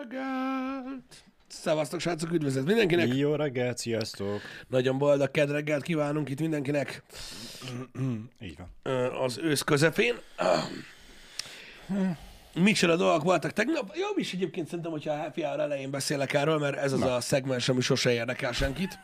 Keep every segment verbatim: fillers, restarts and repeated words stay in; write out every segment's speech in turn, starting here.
reggelt! Szevasztok, srácok, üdvözlet mindenkinek! Jó reggelt, sziasztok! Nagyon boldog kedreggelt kívánunk itt mindenkinek. Így van. Az ősz közepén. Micsoda dolgok voltak tegnap? Jobb is egyébként szerintem, hogyha a happy hour elején beszélek erről, mert ez az Na. a szegmens, ami sose érdekel senkit.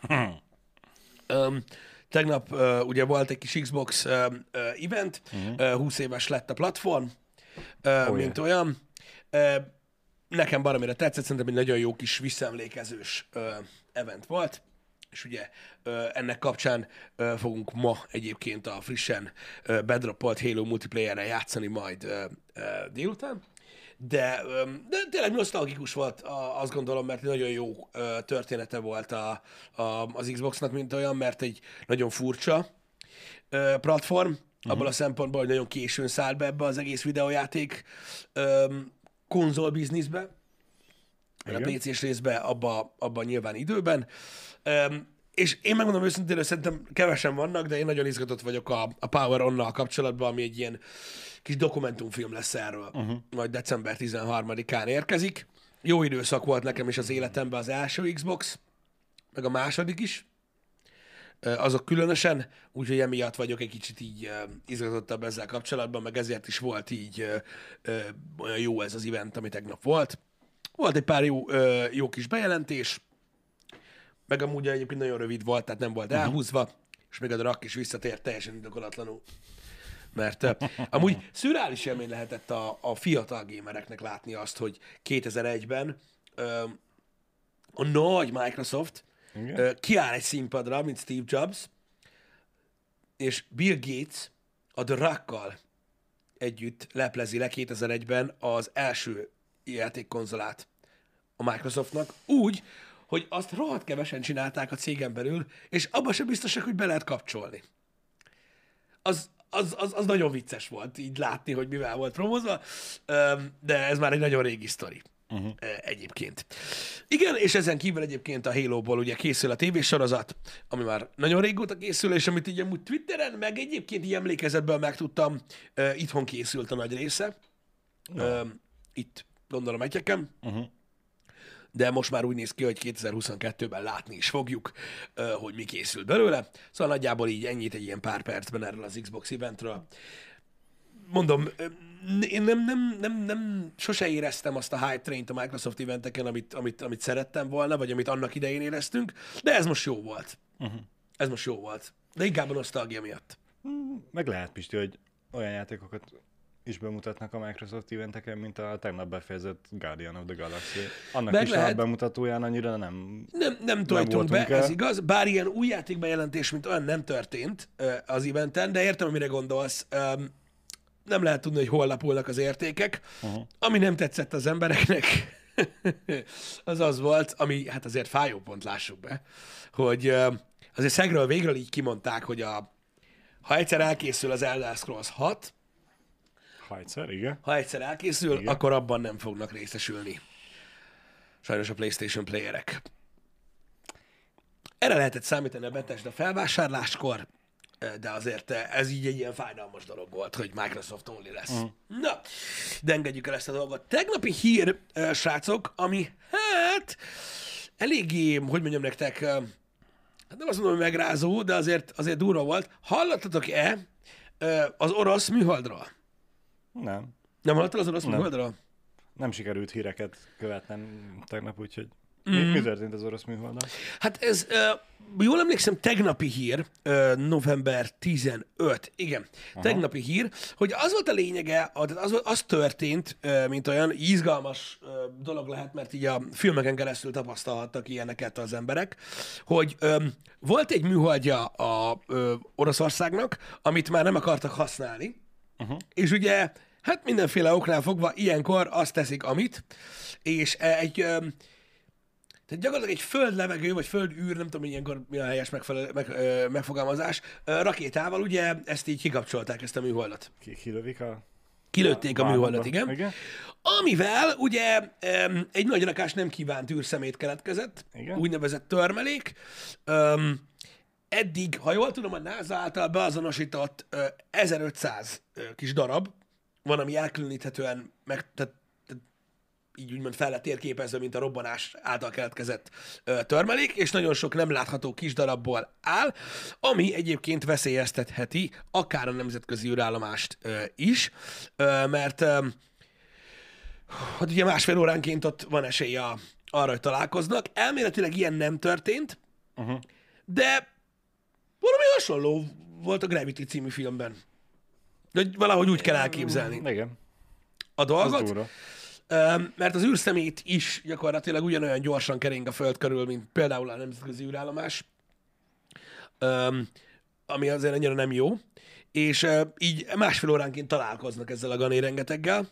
um, tegnap uh, ugye volt egy kis Xbox uh, uh, event, uh-huh. uh, húsz éves lett a platform, uh, oh, mint yeah. olyan. Uh, nekem baromira tetszett, szerintem egy nagyon jó kis visszaemlékezős uh, event volt, és ugye uh, ennek kapcsán uh, fogunk ma egyébként a frissen uh, bedropolt Halo multiplayerrel játszani majd uh, uh, délután, de, um, de tényleg nosztalgikus volt, a, azt gondolom, mert nagyon jó uh, története volt a, a, az Xboxnak, mint olyan, mert egy nagyon furcsa uh, platform, uh-huh. abból a szempontból, hogy nagyon későn szállt be ebbe az egész videójáték um, konzol bizniszbe, a pé cés részbe, abba, abba nyilván időben. Um, és én megmondom őszintén, hogy szerintem kevesen vannak, de én nagyon izgatott vagyok a, a Power On-nal kapcsolatban, ami egy ilyen kis dokumentumfilm lesz erről. Uh-huh. Majd december tizenharmadikán érkezik. Jó időszak volt nekem is az életemben az első Xbox, meg a második is. Azok különösen, úgyhogy emiatt vagyok egy kicsit így uh, izgatottabb ezzel kapcsolatban, meg ezért is volt így uh, uh, olyan jó ez az event, ami tegnap volt. Volt egy pár jó, uh, jó kis bejelentés, meg amúgy egyébként nagyon rövid volt, tehát nem volt elhúzva, uh-huh. és még a Drak is visszatért teljesen indokolatlanul. Mert uh, amúgy szürreális élmény lehetett a, a fiatal gamereknek látni azt, hogy kétezer-egyben uh, a nagy Microsoft Uh, kiáll egy színpadra, mint Steve Jobs, és Bill Gates a The Rock-kal együtt leplezi le kétezer-egyben az első játékkonzolát a Microsoftnak, úgy, hogy azt rohadt kevesen csinálták a cégen belül, és abban sem biztosak, hogy be lehet kapcsolni. Az, az, az, az nagyon vicces volt így látni, hogy mivel volt promózva, de ez már egy nagyon régi sztori. Uh-huh. Egyébként. Igen, és ezen kívül egyébként a Halo-ból ugye készül a tévésorozat, ami már nagyon régóta készül, és amit így amúgy Twitteren, meg egyébként így emlékezetből megtudtam, uh, itthon készült a nagy része. Uh, itt gondolom egyeken. Uh-huh. De most már úgy néz ki, hogy kétezer-huszonkettőben látni is fogjuk, uh, hogy mi készül belőle. Szóval nagyjából így ennyit egy ilyen pár percben erről az Xbox eventről. Mondom, én nem, nem, nem, nem, sose éreztem azt a hype traint a Microsoft eventeken, amit, amit, amit szerettem volna, vagy amit annak idején éreztünk, de ez most jó volt. Uh-huh. Ez most jó volt. De inkább a nosztalgia miatt. Meg lehet, Pisti, hogy olyan játékokat is bemutatnak a Microsoft eventeken, mint a tegnap befejezett Guardian of the Galaxy. Annak Meg is lehet. A bemutatóján annyira nem Nem, nem tojtunk be, el. Ez igaz. Bár ilyen új játékbejelentés, mint olyan nem történt az eventen, de értem, amire gondolsz. Nem lehet tudni, hogy hol lapulnak az értékek. Uh-huh. Ami nem tetszett az embereknek, az az volt, ami hát azért fájó pont, lássuk be, hogy azért szegről végről így kimondták, hogy a, ha egyszer elkészül az Elder Scrolls hat, ha egyszer, igen. Ha egyszer elkészül, igen. akkor abban nem fognak részesülni. Sajnos a PlayStation playerek. Erre lehetett számítani a Bethesda felvásárláskor, de azért ez így egy ilyen fájdalmas dolog volt, hogy Microsoft only lesz. Uh-huh. Na, de engedjük el ezt a dolgot. Tegnapi hír, srácok, ami hát eléggé, hogy mondjam nektek, hát nem azt mondom, hogy megrázó, de azért, azért durva volt. Hallottatok-e az orosz műholdról? Nem. Nem hallottál az orosz nem. műholdról? Nem sikerült híreket követnem tegnap, úgyhogy mi, mm. mi történt az orosz műholdal? Hát ez, uh, jól emlékszem, tegnapi hír, uh, november tizenötödike, igen, Aha. tegnapi hír, hogy az volt a lényege, az, az történt, uh, mint olyan izgalmas uh, dolog lehet, mert így a filmeken keresztül tapasztalhattak ilyeneket az emberek, hogy um, volt egy műholdja a uh, Oroszországnak, amit már nem akartak használni, uh-huh. és ugye, hát mindenféle oknál fogva ilyenkor azt teszik, amit, és egy... Um, Tehát gyakorlatilag egy földlevegő, vagy földűr, nem tudom, ilyenkor mi a helyes megfelel, meg, ö, megfogalmazás, ö, rakétával ugye ezt így kikapcsolták, ezt a műholdat. Ki, kilövik a... Kilőtték a, a műholdat, igen. igen. Amivel ugye ö, egy nagy rakás nem kívánt űrszemét keletkezett, igen. úgynevezett törmelék. Ö, eddig, ha jól tudom, a NASA által beazonosított ö, ezerötszáz ö, kis darab van, ami elkülöníthetően meg, tehát így úgymond fel lett térképezve, mint a robbanás által keletkezett ö, törmelék, és nagyon sok nem látható kis darabból áll, ami egyébként veszélyeztetheti akár a nemzetközi űrállomást ö, is, ö, mert ö, hát ugye másfél óránként ott van esély a, arra, hogy találkoznak. Elméletileg ilyen nem történt, uh-huh. de valami hasonló volt a Gravity című filmben. De valahogy úgy kell elképzelni. Igen. A dolgot. Mert az űrszemét is gyakorlatilag ugyanolyan gyorsan kering a Föld körül, mint például a nemzetközi űrállomás, ami azért annyira nem jó, és így másfél óránként találkoznak ezzel a Gané rengeteggel.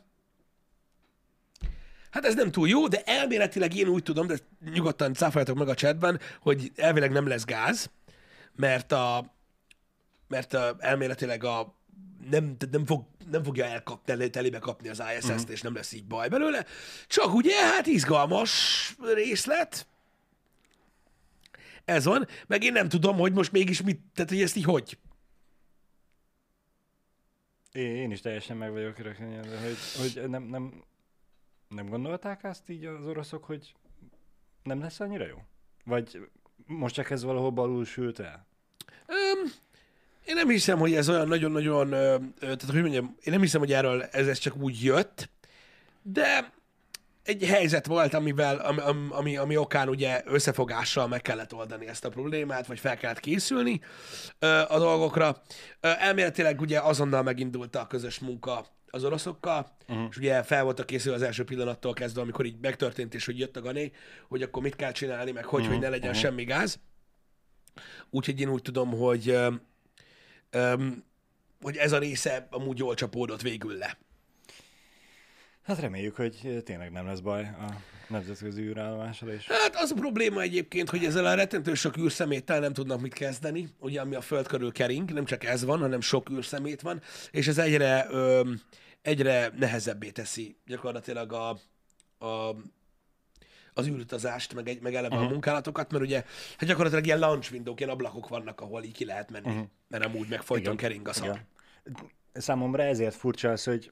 Hát ez nem túl jó, de elméletileg én úgy tudom, de nyugodtan cáfoljatok meg a chatben, hogy elvileg nem lesz gáz, mert a, mert a, elméletileg a nem, nem, fog, nem fogja elkapni, telébe kapni az I S S-t, uh-huh. és nem lesz így baj belőle. Csak ugye, hát izgalmas részlet. Ez van. Meg én nem tudom, hogy most mégis mit, tehát hogy ezt így hogy? Én, én is teljesen meg vagyok rökönyedve, hogy, hogy nem, nem, nem gondolták azt így az oroszok, hogy nem lesz annyira jó? Vagy most csak ez valahol balul sült el? Um, Én nem hiszem, hogy ez olyan nagyon-nagyon, ö, tehát hogy mondjam, én nem hiszem, hogy erről ez, ez csak úgy jött, de egy helyzet volt, amivel, ami, ami, ami okán ugye összefogással meg kellett oldani ezt a problémát, vagy fel kellett készülni ö, a dolgokra. Ö, elméletileg ugye azonnal megindult a közös munka az oroszokkal, uh-huh. és ugye fel voltak készülve az első pillanattól kezdve, amikor így megtörtént, és hogy jött a Gané, hogy akkor mit kell csinálni, meg hogy, uh-huh. hogy ne legyen uh-huh. semmi gáz. Úgyhogy én úgy tudom, hogy Um, hogy ez a része amúgy jól csapódott végül le. Hát reméljük, hogy tényleg nem lesz baj a nemzetközi űrállomással is. Hát az a probléma egyébként, hogy ezzel a rettentő sok űrszeméttel nem tudnak mit kezdeni, ugye ami a Föld körül kering, nem csak ez van, hanem sok űrszemét van, és ez egyre, öm, egyre nehezebbé teszi gyakorlatilag a, a az űrutazást, meg, egy, meg eleve uh-huh. a munkálatokat, mert ugye hát gyakorlatilag ilyen launch window-k, ilyen ablakok vannak, ahol így ki lehet menni, uh-huh. mert amúgy meg folyton kering a szar. Számomra ezért furcsa az, hogy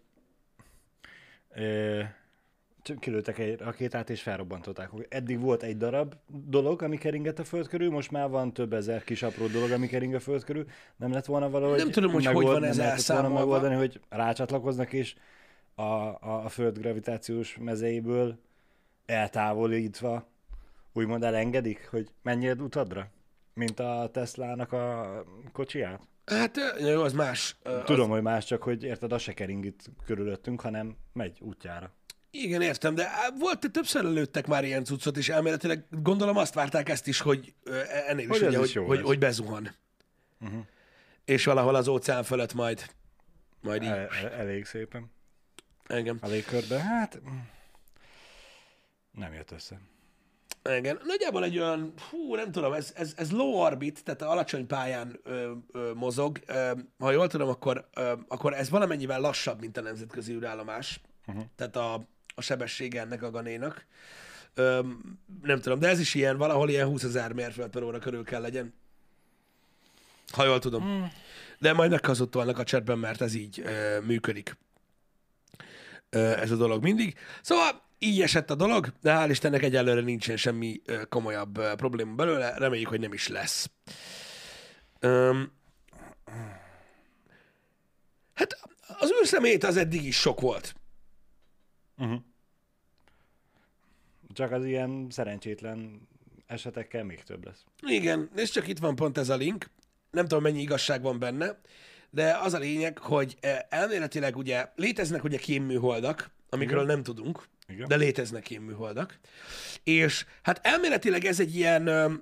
ö, kilőttek egy rakétát és felrobbantották. Eddig volt egy darab dolog, ami keringett a Föld körül, most már van több ezer kis apró dolog, ami kering a Föld körül. Nem lett volna valahogy nem tudom, hogy megold, hogy van ez elszámolva. Megoldani, hogy rácsatlakoznak és a, a, a Föld gravitációs mezeiből eltávolítva, úgymond elengedik, hogy menjél utadra, mint a Teslának a kocsiját? Hát jó, az más. Tudom, az... hogy más, csak hogy érted, az se kering itt körülöttünk, hanem megy útjára. Igen, értem, de volt, hogy többször előttek már ilyen cuccot, és elméletileg gondolom azt várták ezt is, hogy ennél is, hogy, ugye, is hogy, hogy, hogy bezuhan. Uh-huh. És valahol az óceán fölött majd, majd így. El, el, elég szépen. Igen. A légkörbe, hát... Nem jött össze. Igen. Nagyjából egy olyan, hú, nem tudom, ez, ez, ez low orbit, tehát alacsony pályán ö, ö, mozog. Ö, ha jól tudom, akkor, ö, akkor ez valamennyivel lassabb, mint a nemzetközi űrállomás. Uh-huh. Tehát a, a sebessége ennek a Ganénak. Ö, nem tudom, de ez is ilyen, valahol ilyen húszezer mérföld per óra körül kell legyen. Ha jól tudom. Hmm. De majd meghazudtolnak a chatben, mert ez így ö, működik. Ö, ez a dolog mindig. Szóval így esett a dolog, de hál' Istennek egyelőre nincsen semmi ö, komolyabb ö, probléma belőle, reméljük, hogy nem is lesz. Öm, hát az űrszemét az eddig is sok volt. Uh-huh. Csak az ilyen szerencsétlen esetekkel még több lesz. Igen, és csak itt van pont ez a link. Nem tudom, mennyi igazság van benne, de az a lényeg, hogy elméletileg ugye léteznek ugye kémműholdak, amikről igen. nem tudunk, igen. de léteznek kémműholdak. És hát elméletileg ez egy ilyen um,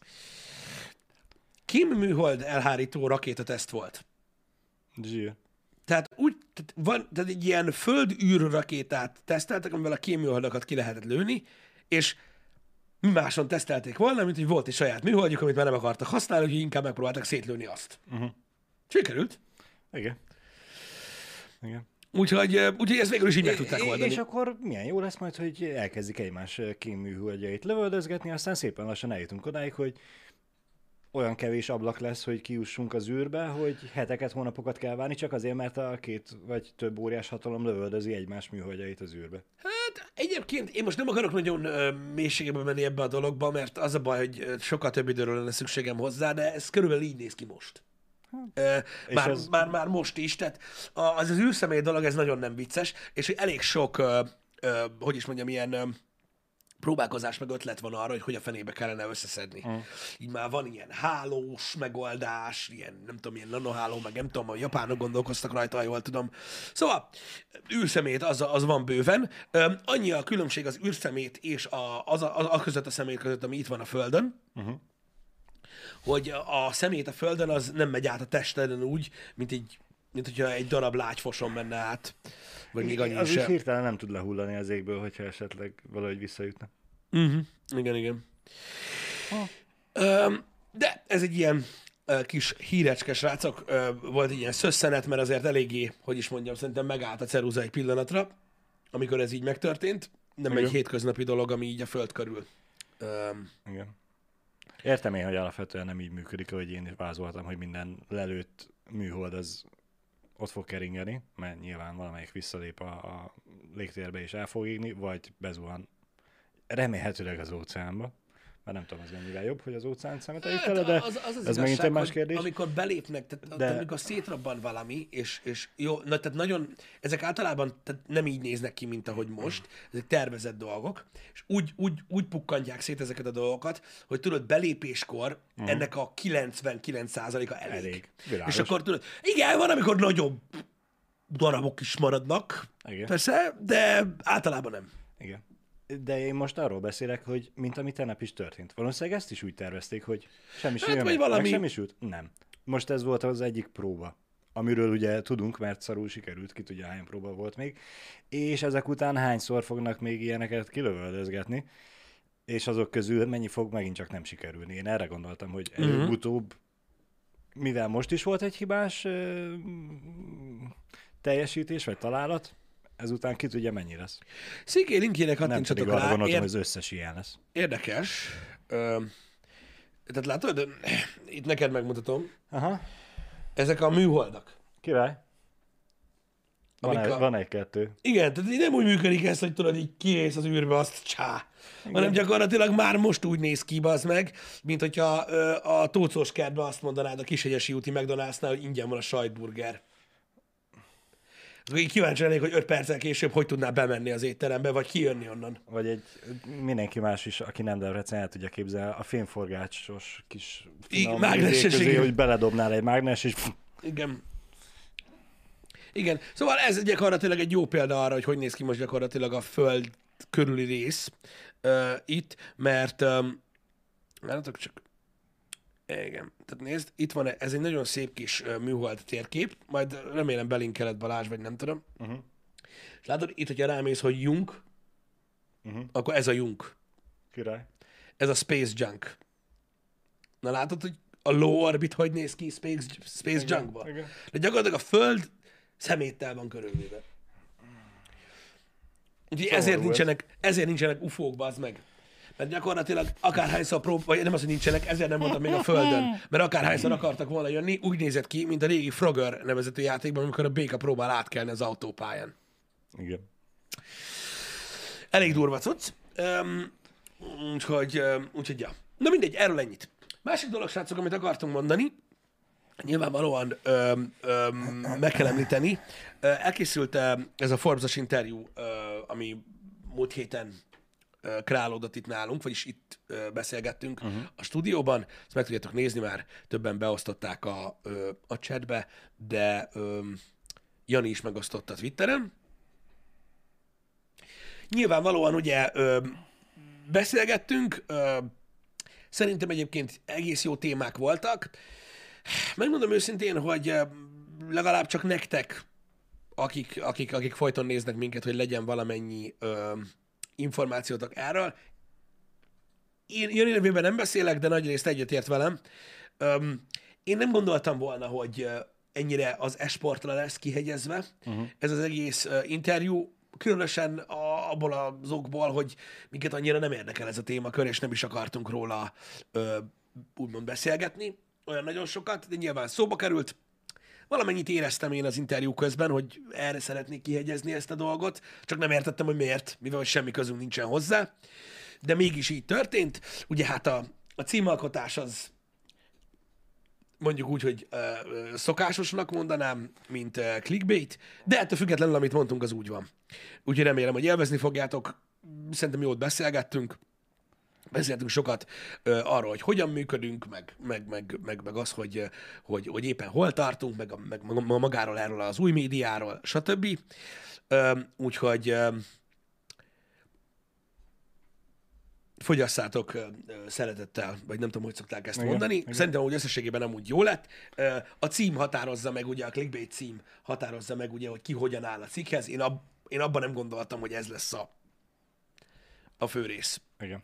kémműhold elhárító rakétateszt volt. Zsír. Tehát úgy, tehát van, tehát egy ilyen földűr rakétát teszteltek, amivel a kémműholdakat ki lehetett lőni, és mi máson tesztelték volna, mint hogy volt egy saját műholdjuk, amit már nem akartak használni, úgyhogy inkább megpróbáltak szétlőni azt. Uh-huh. Sikerült. Igen. Igen. Úgyhogy, úgyhogy ezt végül is így meg tudták oldani. És akkor milyen jó lesz majd, hogy elkezdik egymás kémműholdjait lövöldözgetni, aztán szépen lassan eljutunk odáig, hogy olyan kevés ablak lesz, hogy kiussunk az űrbe, hogy heteket, hónapokat kell várni, csak azért, mert a két vagy több óriás hatalom lövöldözi egymás műholdjait az űrbe. Hát egyébként én most nem akarok nagyon ö, mélységebe menni ebbe a dologba, mert az a baj, hogy ö, sokkal több időről lenne szükségem hozzá, de ez körülbelül így néz ki most. Ö, már, ez- már, már most is, tehát a- az az űrszemély dolog, ez nagyon nem vicces, és hogy elég sok, ö, ö, hogy is mondjam, ilyen ö, próbálkozás meg ötlet van arra, hogy hogy a fenébe kellene összeszedni. Mm. Így már van ilyen hálós megoldás, ilyen nem tudom, ilyen nanoháló, meg nem tudom, a japánok gondolkoztak rajta, ha jól tudom. Szóval űrszemét az, az van bőven. Öm, annyi a különbség az űrszemét és a, az, a, az, a között a szemét között, ami itt van a Földön, uh-huh. hogy a szemét a Földön az nem megy át a testeden úgy, mint egy mint hogyha egy darab lágyfoson menne át, vagy még annyi Az sem. úgy hirtelen nem tud lehullani az égből, hogyha esetleg valahogy visszajutna. Uh-huh. Igen, igen. Um, de ez egy ilyen uh, kis hírecske, srácok, uh, volt egy ilyen szösszenet, mert azért eléggé, hogy is mondjam, szerintem megállt a ceruza egy pillanatra, amikor ez így megtörtént. Nem Igen. egy hétköznapi dolog, ami így a föld körül. Um, Igen. Értem én, hogy alapvetően nem így működik, ahogy én is vázoltam, hogy minden lelőtt műhold az ott fog keringeni, mert nyilván valamelyik visszalép a, a légtérbe és el fog égni, vagy bezuhan remélhetőleg az óceánba. Mert nem tudom, az mennyivel jobb, hogy az óceán szemeteljük vele, de az, az, az ez megint egy más hogy kérdés. Amikor belépnek, tehát, de... De- tehát amikor szétrobban valami, és, és jó, na, tehát nagyon, ezek általában tehát nem így néznek ki, mint ahogy most, ezek tervezett dolgok, és úgy, úgy, úgy pukkantják szét ezeket a dolgokat, hogy tudod, belépéskor uh-huh. ennek a kilencvenkilenc százaléka elég. Elég. És Világos. akkor tudod, igen, van, amikor nagyobb darabok is maradnak, Igen. persze, de általában nem. Igen. De én most arról beszélek, hogy mint ami tegnap is történt. Valószínűleg ezt is úgy tervezték, hogy semmi Hát, hát, vagy valami... valami- semmi sült? Nem. Most ez volt az egyik próba, amiről ugye tudunk, mert szarul sikerült, ki tudja hány próba volt még, és ezek után hányszor fognak még ilyeneket kilövöldözgetni, és azok közül mennyi fog megint csak nem sikerülni. Én erre gondoltam, hogy előbb-utóbb, mivel most is volt egy hibás ö, teljesítés vagy találat, ezután ki tudja mennyi lesz. Sziké linkjének Nem hattintsatok pedig arra rá. gondoltam, Ér- hogy az összes ilyen lesz. Érdekes. Ö, tehát látod, itt neked megmutatom. Aha. Ezek a műholdak. Király. Van, Amik egy, a- van egy-kettő. Igen, tehát így nem úgy működik ez, hogy tudod, így kimész az űrbe, azt csá. Hanem gyakorlatilag már most úgy néz ki, az meg, mint hogyha ö, a Tócos kertben azt mondanád a Kishegyesi úti McDonald'snál, hogy ingyen van a sajtburger. Akkor így kíváncsi lennék, hogy öt perccel később hogy tudnál bemenni az étterembe, vagy kijönni onnan. Vagy egy mindenki más is, aki nem Debrecen, el tudja képzelni a fémforgácsos kis finom mágneses, izé közé, igen. hogy beledobnál egy mágnes, és pff, Igen. Igen. Szóval ez gyakorlatilag egy jó példa arra, hogy hogy néz ki most gyakorlatilag a Föld körüli rész uh, itt, mert um, látok csak. Igen. Tehát nézd, itt van, ez egy nagyon szép kis uh, műhold térkép, majd remélem belinkeled Balázs, vagy nem tudom. Uh-huh. És látod, itt, hogyha rámész, hogy Junk, Uh-huh. akkor ez a Junk. király. Ez a Space Junk. Na látod, hogy a low orbit hogy néz ki Space, Space Junkban? igen. De gyakorlatilag a Föld szeméttel van körülvéve. Úgyhogy ezért ez. nincsenek, ezért nincsenek ufók, bazd meg. Mert gyakorlatilag akárhányszor prób... vagy nem az, hogy nincsenek, ezért nem mondtam még a Földön. Mert akárhányszor akartak volna jönni, úgy nézett ki, mint a régi Frogger nevezetű játékban, amikor a béka próbál átkelni az autópályán. Igen. Elég durva cucc. Um, úgyhogy, um, úgyhogy, ja. Na mindegy, erről ennyit. Másik dolog, srácok, amit akartunk mondani, nyilvánvalóan öm, öm, meg kell említeni. Ö, Elkészült ö, ez a Forbes-os interjú, ö, ami múlt héten ö, kreálódott itt nálunk, vagyis itt ö, beszélgettünk uh-huh. a stúdióban. Ezt meg tudjátok nézni, már többen beosztották a, ö, a chatbe, de öm, Jani is megosztotta a Twitteren. Nyilvánvalóan ugye ö, beszélgettünk, ö, szerintem egyébként egész jó témák voltak. Megmondom őszintén, hogy ö, legalább csak nektek, akik, akik, akik folyton néznek minket, hogy legyen valamennyi ö, információtok erről. Én Jani nevében nem beszélek, de nagyrészt egyetért velem. Ö, én nem gondoltam volna, hogy ö, ennyire az esportra lesz kihegyezve uh-huh. ez az egész ö, interjú, különösen a, abból az okból, hogy minket annyira nem érdekel ez a témakör, és nem is akartunk róla ö, úgymond beszélgetni, olyan nagyon sokat, de nyilván szóba került. Valamennyit éreztem én az interjú közben, hogy erre szeretnék kihegyezni ezt a dolgot, csak nem értettem, hogy miért, mivel semmi közünk nincsen hozzá. De mégis így történt. Ugye hát a, a címalkotás az mondjuk úgy, hogy uh, szokásosnak mondanám, mint uh, clickbait, de ettől függetlenül, amit mondtunk, az úgy van. Úgyhogy remélem, hogy élvezni fogjátok. Szerintem jót beszélgettünk. Beszéltünk sokat uh, arról, hogy hogyan működünk, meg, meg, meg, meg, meg az, hogy, uh, hogy, hogy éppen hol tartunk, meg, a, meg magáról erről az új médiáról, stb. Uh, úgyhogy uh, fogyasszátok uh, szeretettel, vagy nem tudom, hogy szokták ezt igen, mondani. Igen. Szerintem, hogy összességében nem úgy jó lett. Uh, a cím határozza meg, ugye a clickbait cím határozza meg, ugye, hogy ki hogyan áll a cikkhez. Én, ab, én abban nem gondoltam, hogy ez lesz a, a fő rész. Igen.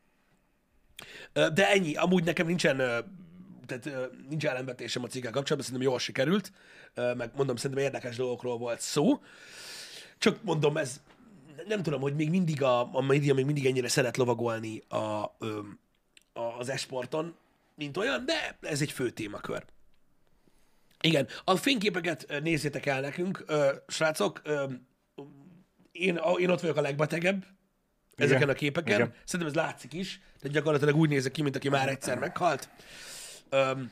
De ennyi, amúgy nekem nincsen, tehát nincs ellenvetésem a cikkel kapcsolatban, szerintem jól sikerült, meg mondom, szerintem érdekes dolgokról volt szó. Csak mondom, ez nem tudom, hogy még mindig a, a média még mindig ennyire szeret lovagolni a, a, az esporton, mint olyan, de ez egy fő témakör. Igen, a fényképeket nézzétek el nekünk, srácok, én, én ott vagyok a legbetegebb, ezeken igen, a képeken. Igen. Szerintem ez látszik is, de gyakorlatilag úgy nézek ki, mint aki már egyszer meghalt. Öm,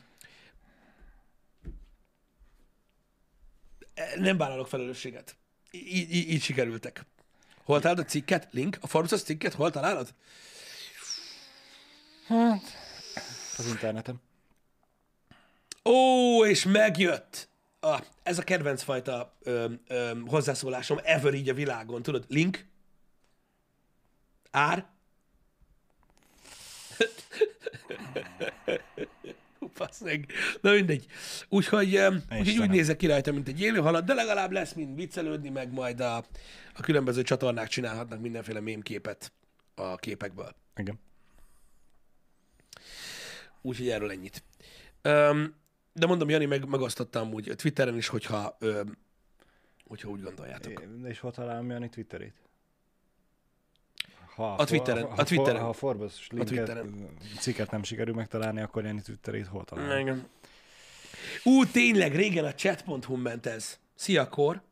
nem vállalok felelősséget. Így, így, így sikerültek. Hol találod a cikket? Link? A Forbes cikket? Hol találod? Hát, az interneten. Ó, és megjött! Ah, ez a kedvenc fajta öm, öm, hozzászólásom ever így a világon. Tudod, link? Ár? Fasz meg. Na mindegy. Úgyhogy, úgyhogy úgy nézek ki rajta, mint egy élő halat, de legalább lesz mind viccelődni, meg majd a, a különböző csatornák csinálhatnak mindenféle mémképet a képekből. Igen. Úgyhogy erről ennyit. Um, de mondom, Jani meg, megosztottam úgy Twitteren is, hogyha, um, hogyha úgy gondoljátok. É, és hol találom Jani Twitterét? Ha a Twitteren. Ha, a Twitteren. Ha a Forbes linket, cikket nem sikerül megtalálni, akkor Jani Twitterét hol találom? Igen. Ú, tényleg, régen a chat pont hu ment ez. Szia, Kor.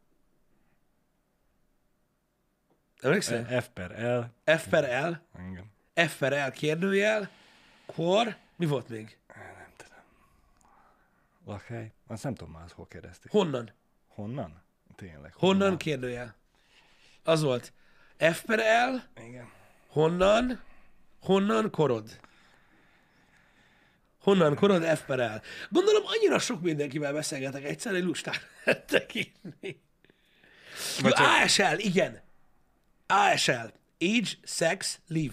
Emlékszel? F per L. F per L. Igen. F per L kérdőjel. Kor. Mi volt még? Nem tudom. Lakhely? Azt nem tudom már, hol kérdezték. Honnan? Honnan? Tényleg. Honnan, honnan kérdőjel? Az volt. F per L. Igen. Honnan? Honnan korod? Honnan korod? F per L. Gondolom, annyira sok mindenkivel beszélgetek egyszer, hogy lustán lettek inni. Csak... á es el, igen. á es el. Age, sex, live.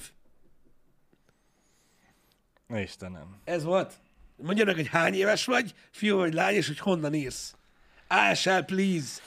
Istenem. Ez volt. Mondjanak, hogy hány éves vagy, fiú vagy lány, és hogy honnan írsz. á es el, please.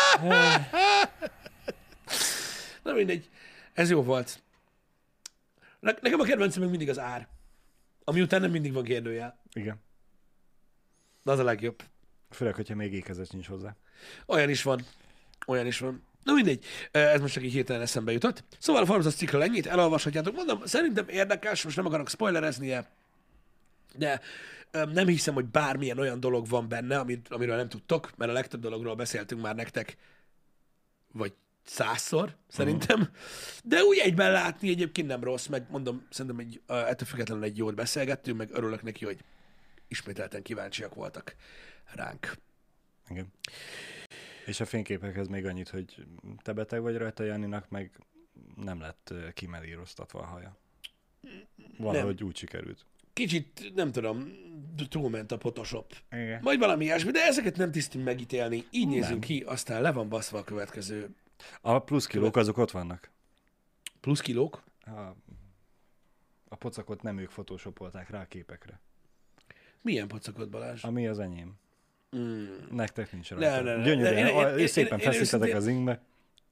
Na mindegy. Ez jó volt. Nekem a kedvencem még mindig az ár. Ami után nem mindig van kérdőjel. Igen. De az a legjobb. Főleg, hogyha még ékezet nincs hozzá. Olyan is van. Olyan is van. Na mindegy. Ez most csak így hirtelen eszembe jutott. Szóval a Forbes cikkről ennyit, elolvashatjátok. Mondom, szerintem érdekes, most nem akarok spoilereznie, de nem hiszem, hogy bármilyen olyan dolog van benne, amit, amiről nem tudtok, mert a legtöbb dologról beszéltünk már nektek, vagy százszor, szerintem. Uh-huh. De úgy egyben látni egyébként nem rossz, meg mondom, szerintem egy, ettől függetlenül egy jót beszélgettünk, meg örülök neki, hogy ismételten kíváncsiak voltak ránk. Igen. És a fényképekhez még annyit, hogy te beteg vagy rajta, Janinak meg nem lett kimelíroztatva a haja. Valahogy nem. Úgy sikerült. Kicsit, nem tudom, túlment a Photoshop. Igen. Majd valami ilyesmi, de ezeket nem tisztünk megítélni. Így nem. Nézünk ki, aztán le van baszva a következő. A plusz kilók azok ott vannak. Plusz kilók? A, a pocakot nem ők photoshopolták rá a képekre. Milyen pocakot, Balázs? Ami az enyém. Mm. Nektek nincs rajta. Ne, ne, ne, gyönyörűen, ne, én, én, szépen én, én, feszítetek én, az ingbe.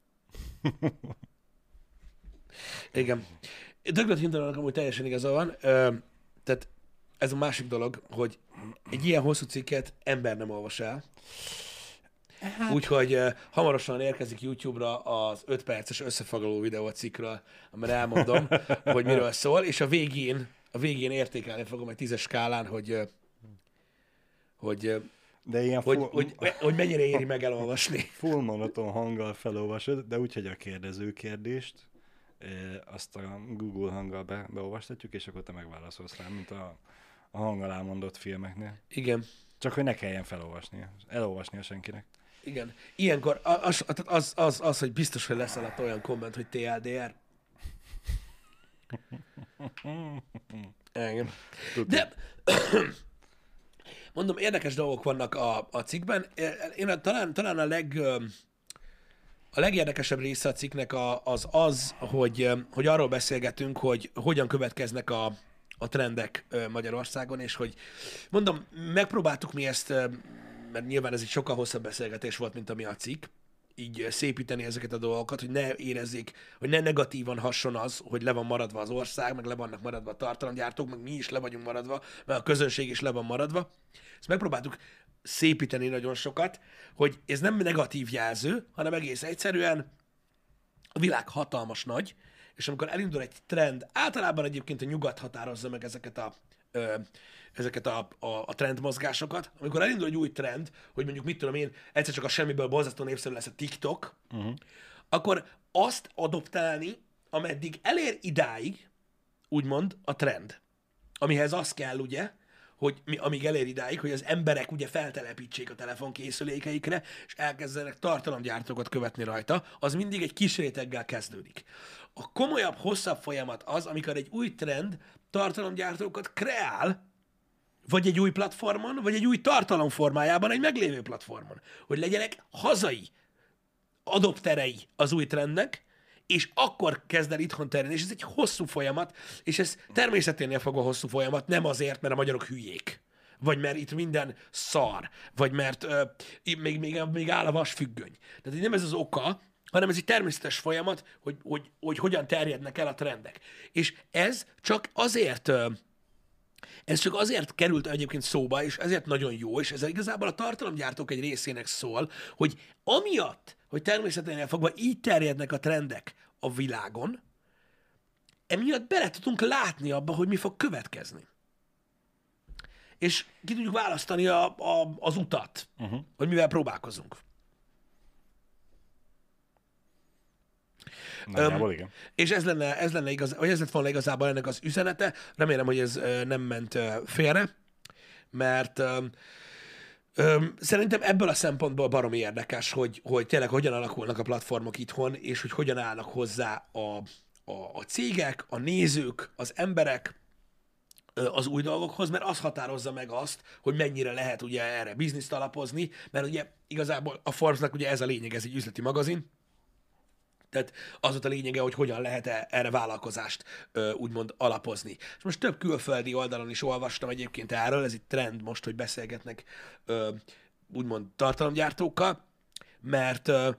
Igen. Döglött Hintalannak amúgy teljesen igaza van. Ö, tehát ez a másik dolog, hogy egy ilyen hosszú cikket ember nem olvas el. Hát... Úgyhogy uh, hamarosan érkezik YouTube-ra az öt perces összefoglaló videó a cikkről, amire elmondom, hogy miről szól, és a végén a végén értékelni fogom egy tízes skálán, hogy, ö, hogy, ö, De ilyen hogy, full, hogy, hogy, hogy mennyire éri meg elolvasni. full monoton hanggal felolvasod, de úgy, hogy a kérdező kérdést, azt a Google hanggal be, beolvastatjuk, és akkor te megválaszolsz rá, mint a, a hanggal elmondott filmeknél. Igen. Csak hogy ne kelljen felolvasnia, elolvasnia senkinek. Igen. Ilyenkor az, az, az, az, az hogy biztos, hogy lesz alatt olyan komment, hogy té el dé er. Igen. De mondom, érdekes dolgok vannak a, a cikkben. Én a, talán, talán a leg... A legérdekesebb része a cikknek a, az az, hogy, hogy arról beszélgetünk, hogy hogyan következnek a, a trendek Magyarországon, és hogy mondom, megpróbáltuk mi ezt, mert nyilván ez egy sokkal hosszabb beszélgetés volt, mint ami a cikk, így szépíteni ezeket a dolgokat, hogy ne érezzék, hogy ne negatívan hasson az, hogy le van maradva az ország, meg le vannak maradva a tartalomgyártók, meg mi is le vagyunk maradva, meg a közönség is le van maradva. Ezt megpróbáltuk szépíteni nagyon sokat, hogy ez nem negatív jelző, hanem egész egyszerűen a világ hatalmas nagy, és amikor elindul egy trend, általában egyébként a nyugat határozza meg ezeket a, ö, ezeket a, a, a trendmozgásokat, amikor elindul egy új trend, hogy mondjuk mit tudom én, egyszer csak a semmiből borzasztó népszerű lesz a TikTok, uh-huh. akkor azt adoptálni, ameddig elér idáig, úgymond a trend, amihez az kell, ugye, hogy mi, amíg elér idáig, hogy az emberek ugye feltelepítsék a telefonkészülékeikre, és elkezdenek tartalomgyártókat követni rajta, az mindig egy kis réteggel kezdődik. A komolyabb, hosszabb folyamat az, amikor egy új trend tartalomgyártókat kreál, vagy egy új platformon, vagy egy új tartalom formájában egy meglévő platformon. Hogy legyenek hazai adopterei az új trendnek, és akkor kezd el itthon terjedni, és ez egy hosszú folyamat, és ez természeténél fogva hosszú folyamat, nem azért, mert a magyarok hülyék, vagy mert itt minden szar, vagy mert uh, még, még, még áll a vasfüggöny. Tehát nem ez az oka, hanem ez egy természetes folyamat, hogy, hogy, hogy hogyan terjednek el a trendek. És ez csak azért... Uh, Ez csak azért került egyébként szóba, és ezért nagyon jó, és ez igazából a tartalomgyártók egy részének szól, hogy amiatt, hogy természeténél fogva így terjednek a trendek a világon, emiatt bele tudunk látni abba, hogy mi fog következni. És ki tudjuk választani a, a, az utat, uh-huh. hogy mivel próbálkozunk. Nagyjából igen. És ez lenne, ez lenne igaz, vagy ez lett volna igazából ennek az üzenete. Remélem, hogy ez nem ment félre, mert um, um, szerintem ebből a szempontból baromi érdekes, hogy, hogy tényleg hogyan alakulnak a platformok itthon, és hogy hogyan állnak hozzá a, a, a cégek, a nézők, az emberek az új dolgokhoz, mert az határozza meg azt, hogy mennyire lehet ugye erre bizniszt alapozni, mert ugye igazából a Forbesnak ugye ez a lényeg, ez egy üzleti magazin. Tehát az volt a lényege, hogy hogyan lehet erre vállalkozást ö, úgymond alapozni. És most több külföldi oldalon is olvastam egyébként erről, ez egy trend most, hogy beszélgetnek ö, úgymond tartalomgyártókkal, mert ö,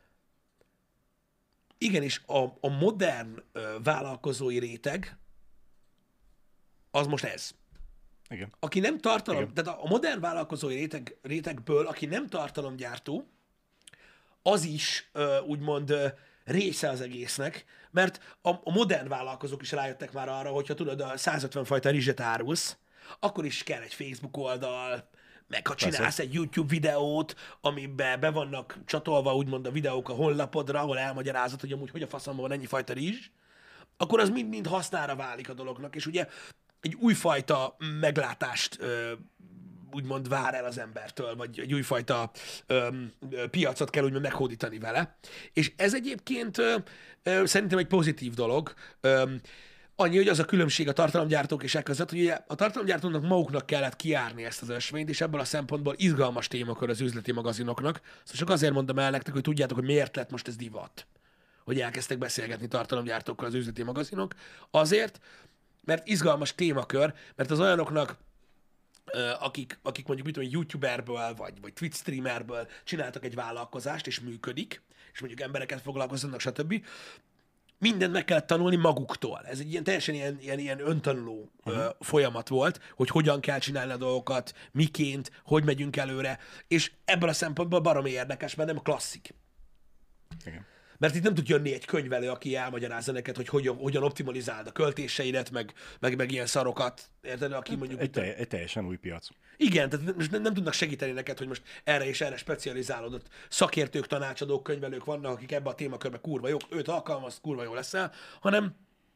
igenis a, a modern ö, vállalkozói réteg az most ez. Igen. Aki nem tartalom, Igen. tehát a modern vállalkozói réteg, rétegből, aki nem tartalomgyártó, az is ö, úgymond ö, része az egésznek, mert a, a modern vállalkozók is rájöttek már arra, hogyha tudod, a százötven fajta rizset árulsz, akkor is kell egy Facebook oldal, meg ha csinálsz Persze. egy YouTube videót, amiben be vannak csatolva úgymond a videók a honlapodra, ahol elmagyarázod, hogy amúgy hogy a faszomban van ennyi fajta rizs, akkor az mind-mind hasznára válik a dolognak, és ugye egy újfajta meglátást ö, úgymond vár el az embertől, vagy egy újfajta öm, piacot kell úgymond meghódítani vele. És ez egyébként ö, ö, szerintem egy pozitív dolog. Öm, annyi, hogy az a különbség a tartalomgyártók és e között, hogy ugye a tartalomgyártóknak maguknak kellett kiárni ezt az ösvényt, és ebből a szempontból izgalmas témakör az üzleti magazinoknak. Szóval csak azért mondom el nektek, hogy tudjátok, hogy miért lett most ez divat, hogy elkezdtek beszélgetni tartalomgyártókkal az üzleti magazinok. Azért, mert izgalmas témakör, mert az olyanoknak, akik, akik mondjuk mit tudom, youtuberből, vagy, vagy Twitch streamerből csináltak egy vállalkozást, és működik, és mondjuk embereket foglalkoztatnak, stb. Mindent meg kellett tanulni maguktól. Ez egy ilyen teljesen ilyen, ilyen, ilyen öntanuló uh-huh. folyamat volt, hogy hogyan kell csinálni a dolgokat, miként, hogy megyünk előre, és ebből a szempontból baromi érdekes, mert nem klasszik. Igen. Mert itt nem tud jönni egy könyvelő, aki elmagyarázza neked, hogy hogyan, hogyan optimalizáld a költéseidet, meg, meg, meg ilyen szarokat, érted? Aki mondjuk... Egy, te, egy teljesen új piac. Igen, tehát most nem, nem tudnak segíteni neked, hogy most erre és erre specializálódott. Szakértők, tanácsadók, könyvelők vannak, akik ebbe a témakörbe kurva jók, őt alkalmaz, kurva jó leszel, hanem,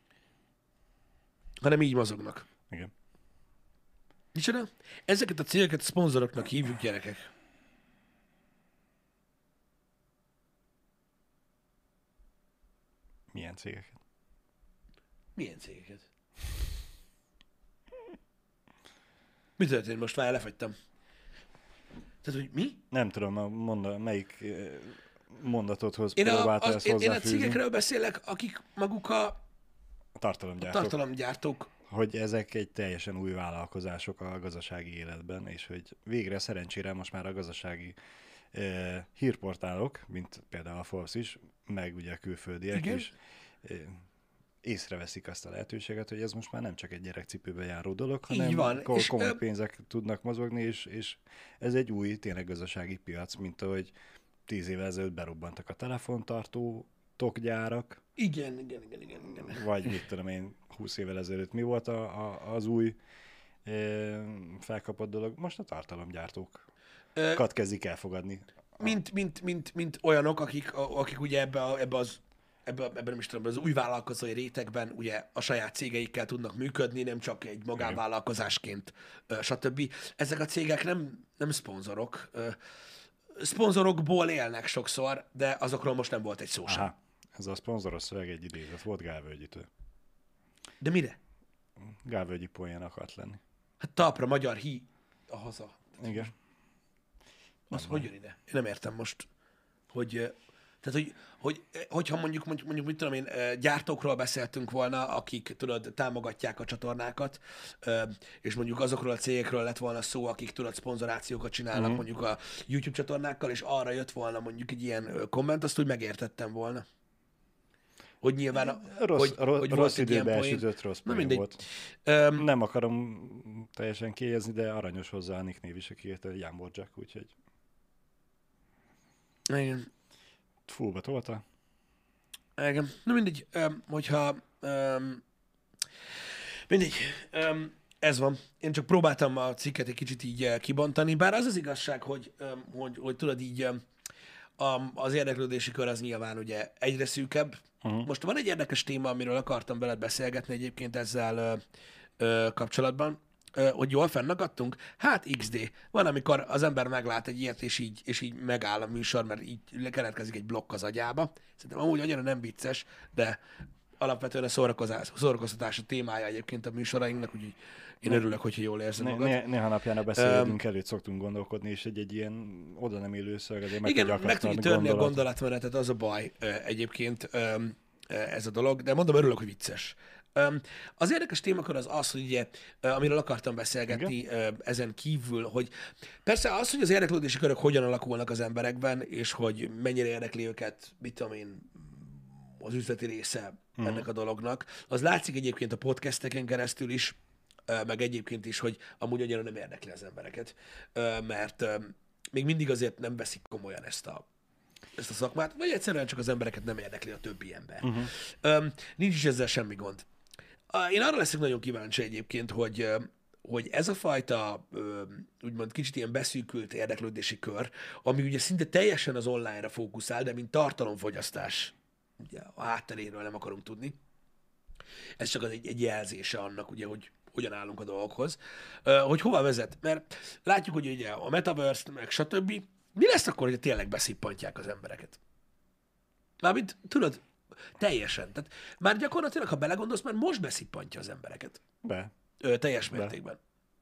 hanem így mozognak. Igen. Micsoda? Ezeket a cégeket szponzoroknak hívjuk, gyerekek. Milyen cégeket? Milyen cégeket? Mi történt most? Várj, lefagytam. Tehát, hogy mi? Nem tudom, a monda, melyik eh, mondatodhoz Én a, próbálta az, ezt én, én a hozzáfűzni. cégekről beszélek, akik maguk a, A tartalomgyártók. tartalomgyártók. Hogy ezek egy teljesen új vállalkozások a gazdasági életben, és hogy végre szerencsére most már a gazdasági eh, hírportálok, mint például a Forbes is, meg ugye a külföldiek Igen. is, eh, észreveszik azt a lehetőséget, hogy ez most már nem csak egy gyerekcipőbe járó dolog, hanem van, ko- és, komoly ö- pénzek tudnak mozogni, és, és ez egy új, tényleg gazdasági piac, mint ahogy tíz évvel ezelőtt berobbantak a telefontartó tokgyárak, Igen, igen, igen, igen, igen. vagy mit tudom én, húsz évvel ezelőtt mi volt a, a, az új e, felkapott dolog, most a tartalomgyártókat Ö, kezdik elfogadni. mint, mint, mint, mint olyanok, akik, a- akik ugye ebbe, a, ebbe az ebbe, ebben nem is tudom, az új vállalkozói rétegben ugye a saját cégeikkel tudnak működni, nem csak egy magánvállalkozásként, ö, stb. Ezek a cégek nem, nem szponzorok. Ö, Szponzorokból élnek sokszor, de azokról most nem volt egy szó sem. Aha, ez a szponzoros szöveg egy idézet volt Gálvölgyitől. De mire? Gálvölgyi poén akart lenni. Hát talpra magyar hí a haza. Igen. Az hogy jön ide? Én nem értem most, hogy... ö, Tehát, hogy, hogy, hogyha mondjuk, mondjuk, mondjuk, mit tudom én, ö, gyártókról beszéltünk volna, akik, tudod, támogatják a csatornákat, ö, és mondjuk azokról a cégekről lett volna szó, akik, tudod, szponzorációkat csinálnak Mhm. mondjuk a YouTube csatornákkal, és arra jött volna mondjuk egy ilyen ö, komment, azt úgy megértettem volna. Hogy nyilván, a, Rossz, hogy, ro- hogy rossz volt egy ilyen időben poén. esütött rossz Na poén mindegy. volt. Öm, Nem akarom teljesen kiélyezni, de aranyos hozzá a nicknév is, aki írta, hogy Jan Borzsák, úgyhogy igen. fullba tolta. Igen. Na mindegy, öm, hogyha... Öm, mindegy. Öm, ez van. Én csak próbáltam a cikket egy kicsit így eh, kibontani, bár az az igazság, hogy, öm, hogy, hogy tudod így öm, a, az érdeklődési kör az nyilván ugye egyre szűkebb. Uh-huh. Most van egy érdekes téma, amiről akartam veled beszélgetni egyébként ezzel ö, ö, kapcsolatban, ö, hogy jól fennakadtunk. Hát iksz dé. Van, amikor az ember meglát egy ilyet, és így, és így megáll a műsor, mert így keletkezik egy blokk az agyába. Szerintem amúgy annyira nem vicces, de alapvetően a szórakozás, szórakoztatás a témája egyébként a műsorainknak, úgyhogy én örülök, hogyha jól érzed Né- magad. né- néha napján a beszélgetünk um, előtt szoktunk gondolkodni, és egy, egy ilyen oda nem élő szöveg azért meg Igen, tudja meg tudjuk akasztani törni a gondolat. gondolatmenetet, az a baj ö, egyébként ö, ö, ez a dolog, de mondom, örülök, hogy vicces. Ö, Az érdekes témakör az az, hogy ugye, ö, amiről akartam beszélgetni ö, ezen kívül, hogy persze az, hogy az érdeklődési körök hogyan alakulnak az emberekben, és hogy mennyire érdekli őket, mit tudom én, az üzleti része Mhm. ennek a dolognak, az látszik egyébként a podcasteken keresztül is, ö, meg egyébként is, hogy amúgy annyira nem érdekli az embereket, ö, mert ö, még mindig azért nem veszik komolyan ezt a, ezt a szakmát, vagy egyszerűen csak az embereket nem érdekli a többi ember. Uh-huh. Öm, nincs is ezzel semmi gond. Á, Én arra leszek nagyon kíváncsi egyébként, hogy, öm, hogy ez a fajta, öm, úgymond kicsit ilyen beszűkült érdeklődési kör, ami ugye szinte teljesen az online-ra fókuszál, de mint tartalomfogyasztás, ugye a hátteréről nem akarunk tudni. Ez csak az egy, egy jelzése annak, ugye, hogy hogyan állunk a dolgokhoz, Ö, hogy hova vezet. Mert látjuk, hogy ugye a Metaverse, meg stb. Mi lesz akkor, hogy tényleg beszippantják az embereket? Mármint, tudod, teljesen. Tehát már gyakorlatilag, ha belegondolsz, már most beszippantja az embereket. Be, Ö, teljes mértékben.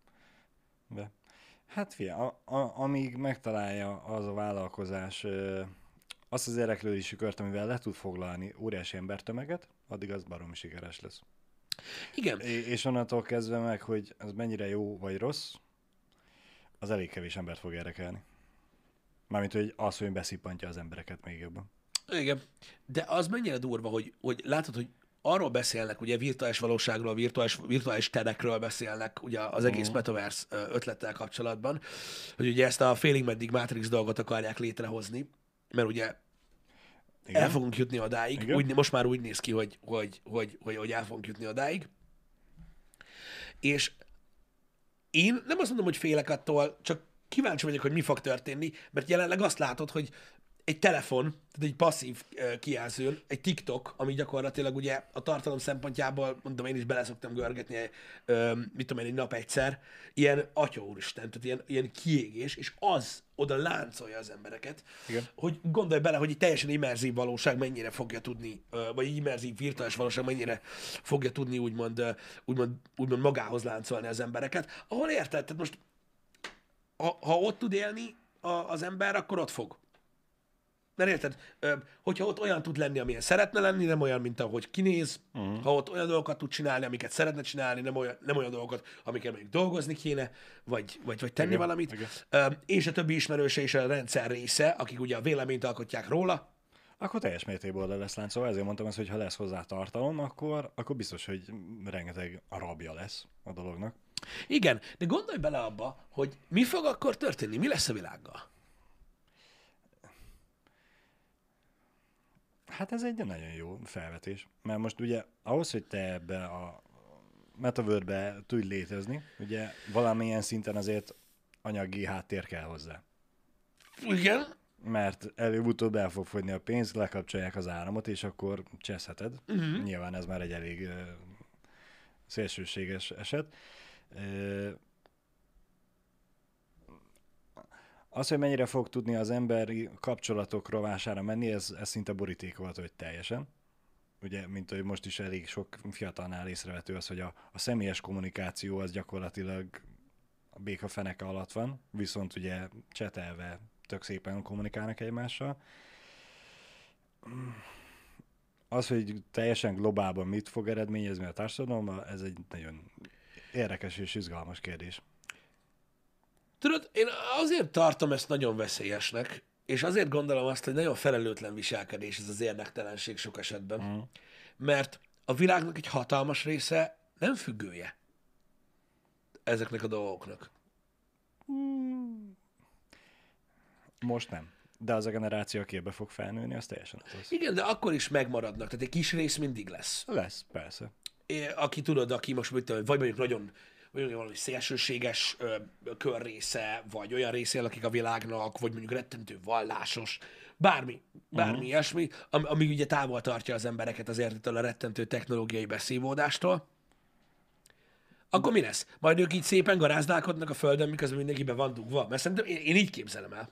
be. Hát fia, a, a, amíg megtalálja az a vállalkozás ö, azt az érdeklődési kört, amivel le tud foglalni óriási embertömeget, addig az baromi sikeres lesz. Igen. É- és onnantól kezdve meg, hogy ez mennyire jó vagy rossz, az elég kevés embert fog érdekelni. Mármint, hogy az, hogy beszippantja az embereket még jobban. Igen. De az mennyire durva, hogy, hogy látod, hogy arról beszélnek, ugye virtuális valóságról, virtuális, virtuális terekről beszélnek, ugye az egész Mhm. Metaverse ö, ötlettel kapcsolatban, hogy ugye ezt a félig meddig Matrix dolgot akarják létrehozni, mert ugye Igen. El fogunk jutni odáig. Igen. Úgy, most már úgy néz ki, hogy, hogy, hogy, hogy, hogy el fogunk jutni odáig. És én nem azt mondom, hogy félek attól, csak kíváncsi vagyok, hogy mi fog történni, mert jelenleg azt látod, hogy egy telefon, tehát egy passzív uh, kijelzőn, egy TikTok, ami gyakorlatilag ugye a tartalom szempontjából, mondom, én is bele szoktam görgetni, uh, mit tudom én, egy nap egyszer, ilyen atya úristen, tehát ilyen, ilyen kiégés, és az oda láncolja az embereket, Igen. hogy gondolj bele, hogy egy teljesen immerzív valóság mennyire fogja tudni, uh, vagy egy immerzív virtuális valóság mennyire fogja tudni úgymond, uh, úgymond, úgymond magához láncolni az embereket, ahol érted, tehát most ha, ha ott tud élni a, az ember, akkor ott fog. Mert érted, hogyha ott olyan tud lenni, amilyen szeretne lenni, nem olyan, mint ahogy kinéz, uh-huh. ha ott olyan dolgokat tud csinálni, amiket szeretne csinálni, nem olyan, nem olyan dolgokat, amiket mondjuk dolgozni kéne, vagy, vagy, vagy tenni igen, valamit, igen. és a többi ismerőse is a rendszer része, akik ugye a véleményt alkotják róla, akkor teljes mértékben le lesz láncolva. Ezért mondtam azt, hogy ha lesz hozzá tartalom, akkor, akkor biztos, hogy rengeteg rabja lesz a dolognak. Igen, de gondolj bele abba, hogy mi fog akkor történni, mi lesz a világgal? Hát ez egy nagyon jó felvetés, mert most ugye ahhoz, hogy te ebbe a metaverse-be tudj létezni, ugye valamilyen szinten azért anyagi háttér kell hozzá. Igen. Mert előbb-utóbb el fog fogyni a pénz, lekapcsolják az áramot, és akkor cseszheted. Uh-huh. Nyilván ez már egy elég uh, szélsőséges eset. Uh, Az, hogy mennyire fog tudni az emberi kapcsolatok rovására menni, ez, ez szinte borítékolt, hogy teljesen. Ugye, mint hogy most is elég sok fiatalnál észrevető az, hogy a, a személyes kommunikáció az gyakorlatilag a béka feneke alatt van, viszont ugye csetelve tök szépen kommunikálnak egymással. Az, hogy teljesen globálban mit fog eredményezni a társadalomban, ez egy nagyon érdekes és izgalmas kérdés. Tudod, én azért tartom ezt nagyon veszélyesnek, és azért gondolom azt, hogy nagyon felelőtlen viselkedés ez az érdektelenség sok esetben, mm. mert a világnak egy hatalmas része nem függője ezeknek a dolgoknak. Most nem. De az a generáció, aki ebbe fog felnőni, az teljesen az az. Igen, de akkor is megmaradnak, tehát egy kis rész mindig lesz. Lesz, persze. É, aki tudod, aki most mit tudom, vagy mondjuk nagyon vagy valami szélsőséges ö, kör része, vagy olyan része, akik a világnak, vagy mondjuk rettentő vallásos, bármi, bármi uh-huh. ilyesmi, ami, ami ugye távol tartja az embereket azért ettől a rettentő technológiai beszívódástól, akkor mi lesz? Majd ők így szépen garázdálkodnak a földön, miközben mindenki be van dugva. Mert szerintem én, én így képzelem el.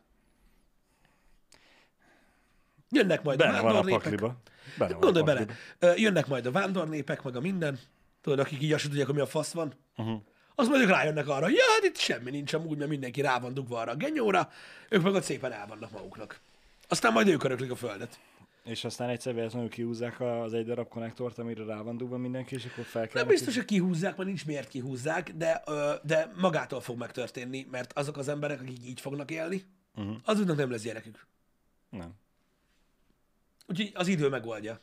Jönnek majd benne a vándornépek. Gondolj bele, jönnek majd a vándornépek, meg a minden, tudod, akik így azt tudják, hogy mi a fasz van. Uh-huh. Azt mondjuk rájönnek arra, hogy ja, hát itt semmi nincs amúgy, mert mindenki rá van dugva arra a genyóra, ők meg ott szépen el vannak maguknak. Aztán majd ők öröklik a földet. És aztán egyszer véletlenül kihúzzák az egy darab konnektort, amire rá van dugva mindenki, és akkor fel kell... Nem biztos, hogy kihúzzák, mert nincs miért kihúzzák, de, de magától fog megtörténni, mert azok az emberek, akik így fognak élni, uh-huh. azoknak nem lesz gyerekük. Nem. Úgyhogy az idő megoldja.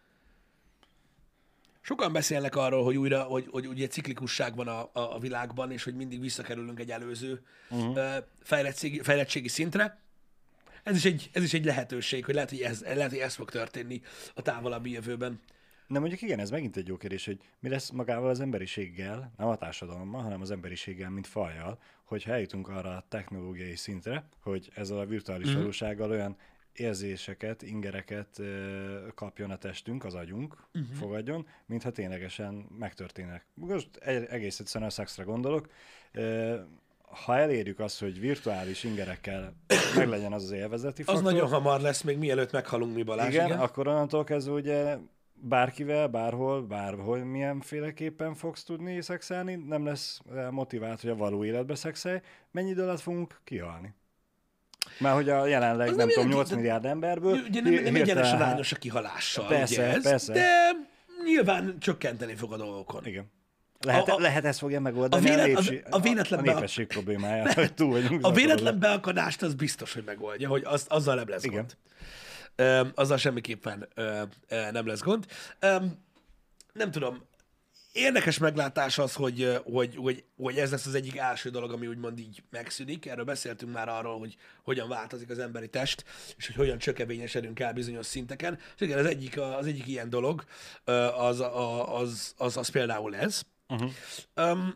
Sokan beszélnek arról, hogy újra, hogy, hogy ugye ciklikusság van a, a, a világban, és hogy mindig visszakerülünk egy előző uh-huh. fejlettségi, fejlettségi szintre. Ez is, egy, ez is egy lehetőség, hogy lehet, hogy ez, lehet, hogy ez fog történni a távolabbi jövőben. Na mondjuk igen, ez megint egy jó kérdés, hogy mi lesz magával az emberiséggel, nem a társadalommal, hanem az emberiséggel, mint fajjal, hogyha eljutunk arra a technológiai szintre, hogy ezzel a virtuális uh-huh. valósággal olyan érzéseket, ingereket ö, kapjon a testünk, az agyunk, uh-huh. fogadjon, mintha ténylegesen megtörténnek. Most egész egyszerűen a szexre gondolok. Ö, ha elérjük azt, hogy virtuális ingerekkel meglegyen az az élvezeti faktor... Az nagyon hamar lesz, még mielőtt meghalunk mi, Balázs. Igen, igen, akkor onnantól kezdve ugye bárkivel, bárhol, bárhol milyenféleképpen fogsz tudni szexelni, nem lesz motivált, hogy a való életbe szexelj. Mennyi idő alatt fogunk kihalni? Már hogy a jelenleg, az nem, nem tudom, nyolc milliárd emberből... Ugye nem, nem egyenes arányos a kihalással, persze, ugye ez, persze. De nyilván csökkenteni fog a dolgokon. Igen. Lehet, a, a, lehet ezt fogja megoldani a, vélet, a, lépsi, a, a, véletlen a, a népesség problémáját, hogy túl vagyunk. A véletlen beakadást az biztos, hogy megoldja, hogy az, azzal nem lesz Igen. gond. Um, azzal semmiképpen uh, uh, nem lesz gond. Um, nem tudom, Érdekes meglátás az, hogy, hogy, hogy, hogy ez lesz az egyik első dolog, ami úgymond így megszűnik. Erről beszéltünk már arról, hogy hogyan változik az emberi test, és hogy hogyan csökevényesedünk el bizonyos szinteken. És igen, az egyik, az egyik ilyen dolog, az, az, az, az például ez. Uh-huh. Um,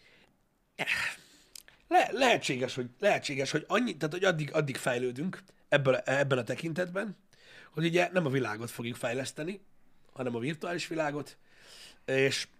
le, lehetséges, hogy, lehetséges, hogy, annyi, tehát, hogy addig, addig fejlődünk ebből, ebben a tekintetben, hogy ugye nem a világot fogjuk fejleszteni, hanem a virtuális világot, és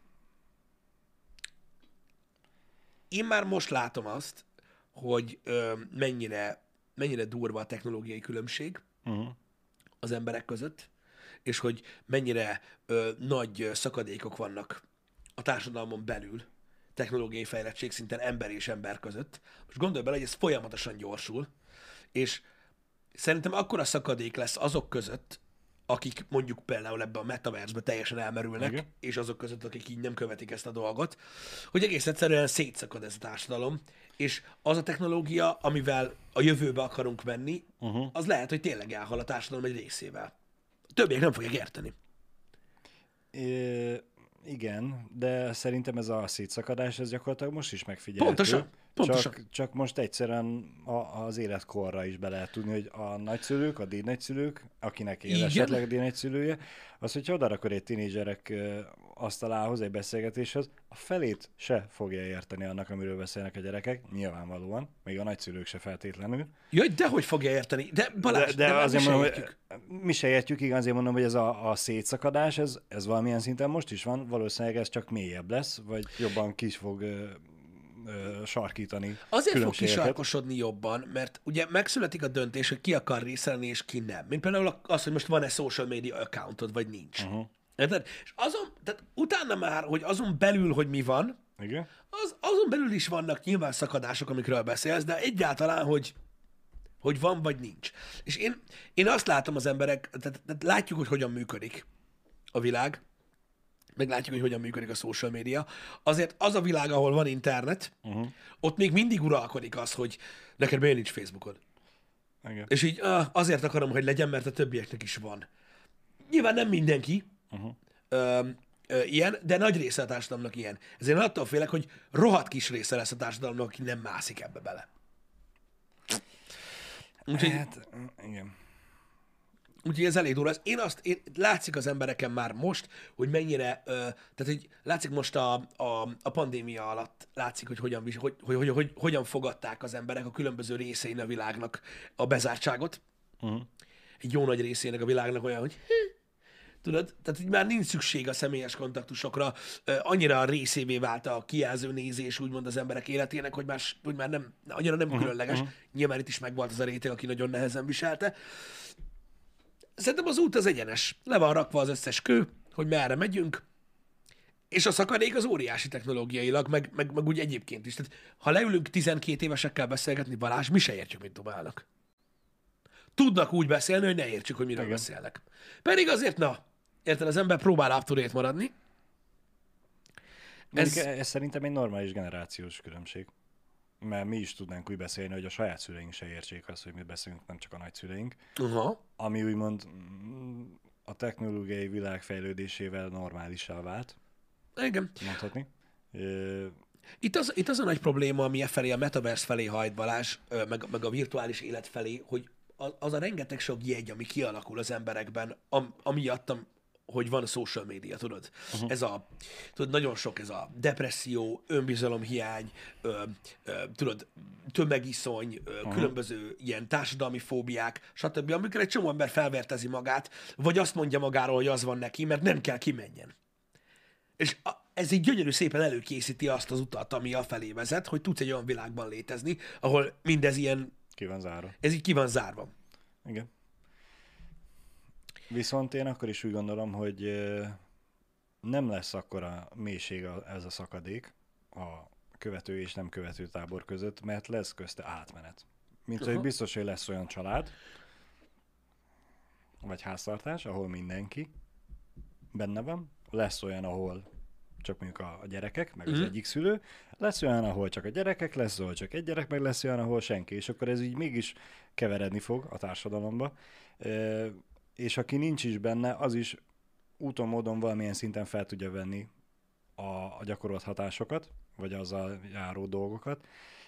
én már most látom azt, hogy ö, mennyire, mennyire durva a technológiai különbség uh-huh. az emberek között, és hogy mennyire ö, nagy szakadékok vannak a társadalmon belül, technológiai fejlettség szinten ember és ember között. Most gondolj bele, hogy ez folyamatosan gyorsul, és szerintem akkora szakadék lesz azok között, akik mondjuk például ebbe a metaverse-be teljesen elmerülnek, igen. és azok között, akik így nem követik ezt a dolgot, hogy egész egyszerűen szétszakad ez a társadalom, és az a technológia, amivel a jövőbe akarunk menni, uh-huh. az lehet, hogy tényleg elhal a társadalom egy részével. A többiek nem fogják érteni. É, igen, de szerintem ez a szétszakadás, ez gyakorlatilag most is megfigyelhető. Pontosan. Pontosan. Csak, csak most egyszerűen a, az életkorra is be lehet tudni, hogy a nagyszülők, a dédnagyszülők, akinek él esetleg dédnagyszülője, az, hogyha odarakod egy tínédzserek asztalához, egy beszélgetéshez, a felét se fogja érteni annak, amiről beszélnek a gyerekek, nyilvánvalóan, még a nagyszülők se feltétlenül. Jaj, de hogy fogja érteni? De Balázs, de, de, de azért mi mondom, hogy mi se értjük, igen, azért mondom, hogy ez a, a szétszakadás, ez, ez valamilyen szinten most is van, valószínűleg ez csak mélyebb lesz, vagy jobban kis fog sarkítani. Azért fog kisarkosodni jobban, mert ugye megszületik a döntés, hogy ki akar részelni, és ki nem. Mint például az, hogy most van-e social media accountod, vagy nincs. Uh-huh. Érted? És azon, tehát utána már, hogy azon belül, hogy mi van, igen? Az, azon belül is vannak nyilván szakadások, amikről beszélsz, de egyáltalán, hogy, hogy van, vagy nincs. És én, én azt látom az emberek, tehát, tehát látjuk, hogy hogyan működik a világ, meg látjuk, hogy hogyan működik a social media. Azért az a világ, ahol van internet, uh-huh. ott még mindig uralkodik az, hogy neked miért nincs Facebookod. Igen. És így azért akarom, hogy legyen, mert a többieknek is van. Nyilván nem mindenki uh-huh. ö, ö, ilyen, de nagy része a társadalomnak ilyen. Ezért én attól félek, hogy rohadt kis része lesz a társadalomnak, aki nem mászik ebbe bele. Úgyhogy, hát, igen. Úgyhogy ez elég durva. Én azt, én, látszik az embereken már most, hogy mennyire, ö, tehát hogy látszik most a, a, a pandémia alatt, látszik, hogy hogyan, hogy, hogy, hogy, hogy hogyan fogadták az emberek a különböző részein a világnak a bezártságot. Uh-huh. Egy jó nagy részének a világnak olyan, hogy tudod, tehát így már nincs szükség a személyes kontaktusokra, ö, annyira részévé vált a kijelző nézés, úgymond az emberek életének, hogy már, hogy már nem, annyira nem uh-huh. különleges. Uh-huh. Nyilván itt is megvolt az a réteg, aki nagyon nehezen viselte. Szerintem az út az egyenes. Le van rakva az összes kő, hogy merre megyünk, és a szakadék az óriási technológiailag, meg, meg, meg úgy egyébként is. Tehát, ha leülünk tizenkét évesekkel beszélgetni, Balázs, mi se értjük, mit dobálnak. Tudnak úgy beszélni, hogy ne értsük, hogy miről igen. beszélnek. Pedig azért, na, érted, az ember próbál up to date maradni. Ez... ez szerintem egy normális generációs különbség. Mert mi is tudnánk úgy beszélni, hogy a saját szüleink se értsék azt, hogy mi beszélünk, nem csak a nagyszüleink. Uh-huh. Ami úgymond a technológiai világ fejlődésével normálisá vált. Igen. Mondhatni. Ö... Itt, az, itt az a nagy probléma, ami e felé, a metaverse felé hajt, Balázs, meg, meg a virtuális élet felé, hogy az a rengeteg sok jegy, ami kialakul az emberekben, am, amiattam, hogy van a social media, tudod? Uh-huh. Ez a, tudod, nagyon sok ez a depresszió, önbizalomhiány, ö, ö, tudod, tömegiszony, ö, uh-huh. különböző ilyen társadalmi fóbiák, stb. Amikor egy csomó ember felvértezi magát, vagy azt mondja magáról, hogy az van neki, mert nem kell kimenjen. És a, ez így gyönyörű szépen előkészíti azt az utat, ami afelé vezet, hogy tudsz egy olyan világban létezni, ahol mindez ilyen... Ki van zárva. Ez így ki van zárva. Igen. Viszont én akkor is úgy gondolom, hogy nem lesz akkora mélység ez a szakadék a követő és nem követő tábor között, mert lesz közte átmenet. Mint uh-huh. hogy biztos, hogy lesz olyan család, vagy háztartás, ahol mindenki benne van. Lesz olyan, ahol csak mondjuk a gyerekek, meg az uh-huh. egyik szülő. Lesz olyan, ahol csak a gyerekek, lesz ahol csak egy gyerek, meg lesz olyan, ahol senki. És akkor ez így mégis keveredni fog a társadalomba. És aki nincs is benne, az is úton, módon valamilyen szinten fel tudja venni a, a gyakorolt hatásokat, vagy azzal járó dolgokat,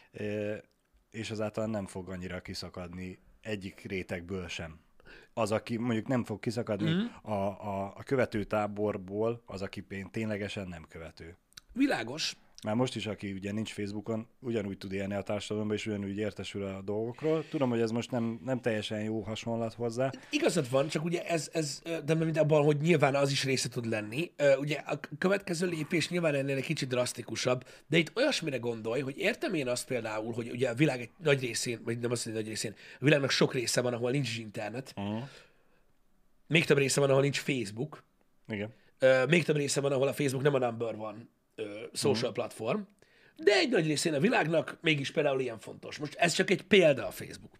és ezáltal nem fog annyira kiszakadni egyik rétegből sem. Az, aki mondjuk nem fog kiszakadni mm. a, a, a követő táborból, az, aki ténylegesen nem követő. Világos. Már most is, aki ugye nincs Facebookon, ugyanúgy tud élni a társadalomban, és ugyanúgy értesül a dolgokról. Tudom, hogy ez most nem, nem teljesen jó hasonlat hozzá. Igazad van, csak ugye ez, ez de mint abban, hogy nyilván az is része tud lenni. Ugye a következő lépés nyilván ennél egy kicsit drasztikusabb, de itt olyasmire gondolj, hogy értem én azt például, hogy ugye a világ egy nagy részén, vagy nem azt mondja, nagy részén, a világnak sok része van, ahol nincs internet. Uh-huh. Még több része van, ahol nincs Facebook. Igen. Még több része van, ahol a Facebook nem a number one social uh-huh. platform, de egy nagy részén a világnak mégis például ilyen fontos. Most ez csak egy példa a Facebook.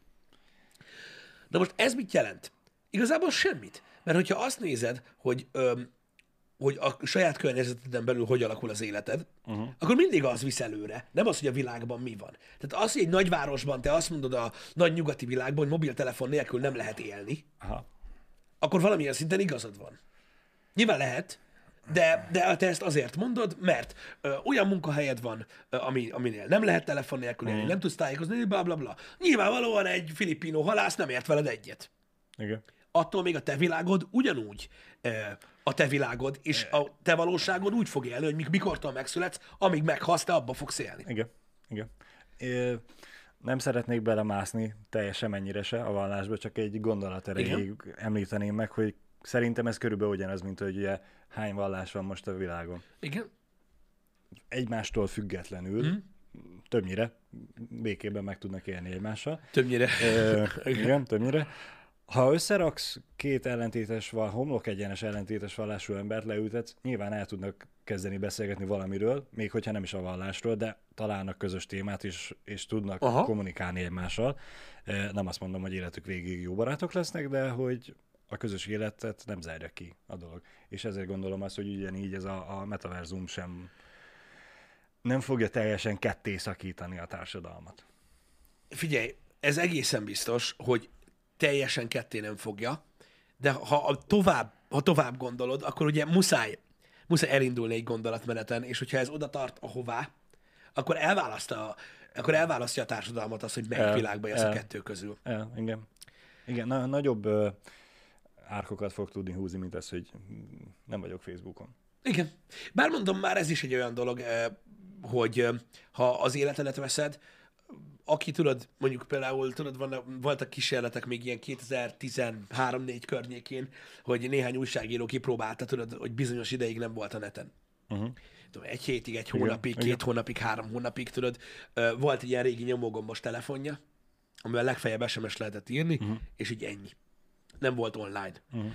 De most ez mit jelent? Igazából semmit. Mert hogyha azt nézed, hogy, öm, hogy a saját környezeteden belül hogy alakul az életed, uh-huh. akkor mindig az visz előre. Nem az, hogy a világban mi van. Tehát az, hogy egy nagyvárosban te azt mondod a nagy nyugati világban, hogy mobiltelefon nélkül nem lehet élni, Aha. akkor valamilyen szinten igazad van. Nyilván lehet, De, de te ezt azért mondod, mert ö, olyan munkahelyed van, ö, ami, aminél nem lehet telefon nélkül élni, mm. nem tudsz tájékozni, bla, bla, bla. Nyilvánvalóan egy filipino halász nem ért veled egyet. Igen. Attól még a te világod ugyanúgy ö, a te világod, és a te valóságod úgy fog élni, hogy mikortól megszületsz, amíg meghalsz, te abba fogsz élni. Igen. Igen. É, nem szeretnék belemászni teljesen mennyire se a vallásba, csak egy gondolat erejéig említeném meg, hogy szerintem ez körülbelül ugyanaz, mint hogy ugye hány vallás van most a világon. Igen. Egymástól függetlenül, mm. többnyire békében meg tudnak élni egymással. Többnyire. E, igen, többnyire. Ha összeraksz két ellentétes, homlok egyenes ellentétes vallású embert, leültetsz, nyilván el tudnak kezdeni beszélgetni valamiről, még hogyha nem is a vallásról, de találnak közös témát is, és tudnak Aha. kommunikálni egymással. E, nem azt mondom, hogy életük végig jó barátok lesznek, de hogy a közös életet nem zárja ki a dolog. És ezért gondolom azt, hogy ugyanígy ez a, a metaverzum sem nem fogja teljesen ketté szakítani a társadalmat. Figyelj, ez egészen biztos, hogy teljesen ketté nem fogja, de ha tovább, ha tovább gondolod, akkor ugye muszáj, muszáj elindulni egy gondolatmeneten, és hogyha ez oda tart ahová, akkor elválasztja, akkor elválasztja a társadalmat az, hogy melyik el, világban jössz a kettő közül. El, igen. Igen, na, nagyobb uh, árkokat fog tudni húzni, mint az, hogy nem vagyok Facebookon. Igen. Bár mondom, már ez is egy olyan dolog, hogy ha az életedet veszed, aki tudod, mondjuk például, tudod, van, voltak kísérletek még ilyen kétezer-tizenhárom négy környékén, hogy néhány újságíró kipróbálta, tudod, hogy bizonyos ideig nem volt a neten. Uh-huh. Tudom, egy hétig, egy hónapig, igen, két igen. hónapig, három hónapig, tudod, volt egy ilyen régi nyomógombos telefonja, amivel legfeljebb es em es lehetett írni, uh-huh. és így ennyi. Nem volt online. Uh-huh.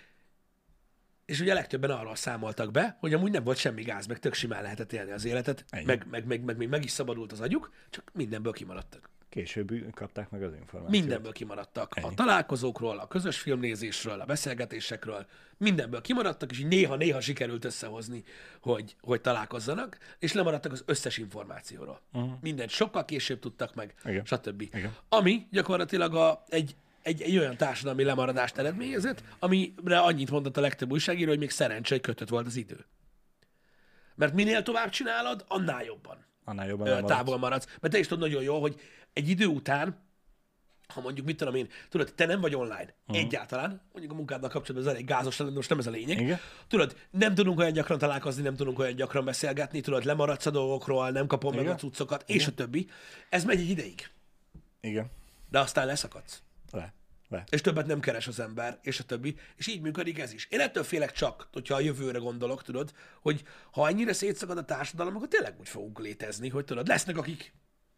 És ugye legtöbben arról számoltak be, hogy amúgy nem volt semmi gáz, meg tök simán lehetett élni az életet, meg, meg, meg, meg, meg, meg is szabadult az agyuk, csak mindenből kimaradtak. Később kapták meg az információt. Mindenből kimaradtak. Ennyi. A találkozókról, a közös filmnézésről, a beszélgetésekről, mindenből kimaradtak, és így néha-néha sikerült összehozni, hogy, hogy találkozzanak, és lemaradtak az összes információról. Uh-huh. Mindent sokkal később tudtak meg, Igen. stb. Igen. Ami gyakorlatilag a, egy Egy, egy olyan társadalmi lemaradást eredményezett, amire annyit mondott a legtöbb újságíró, hogy még szerencsé, hogy kötött volt az idő. Mert minél tovább csinálod, annál jobban, annál jobban távol maradsz. Mert te is tudod nagyon jó, hogy egy idő után, ha mondjuk, mit tudom én, tudod, te nem vagy online uh-huh. egyáltalán, mondjuk a munkáddal kapcsolatban ez elég gázos, de most nem ez a lényeg. Igen. Tudod, nem tudunk olyan gyakran találkozni, nem tudunk olyan gyakran beszélgetni, tudod, lemaradsz a dolgokról, nem kapom Igen. meg a cuccokat, Igen. és a többi. Ez megy egy ideig. Igen. De aztán leszakadsz. Le. Le. És többet nem keres az ember, és a többi. És így működik ez is. Én ettől félek csak, hogyha a jövőre gondolok, tudod, hogy ha ennyire szétszakad a társadalom, akkor tényleg úgy fogunk létezni, hogy tudod, lesznek akik,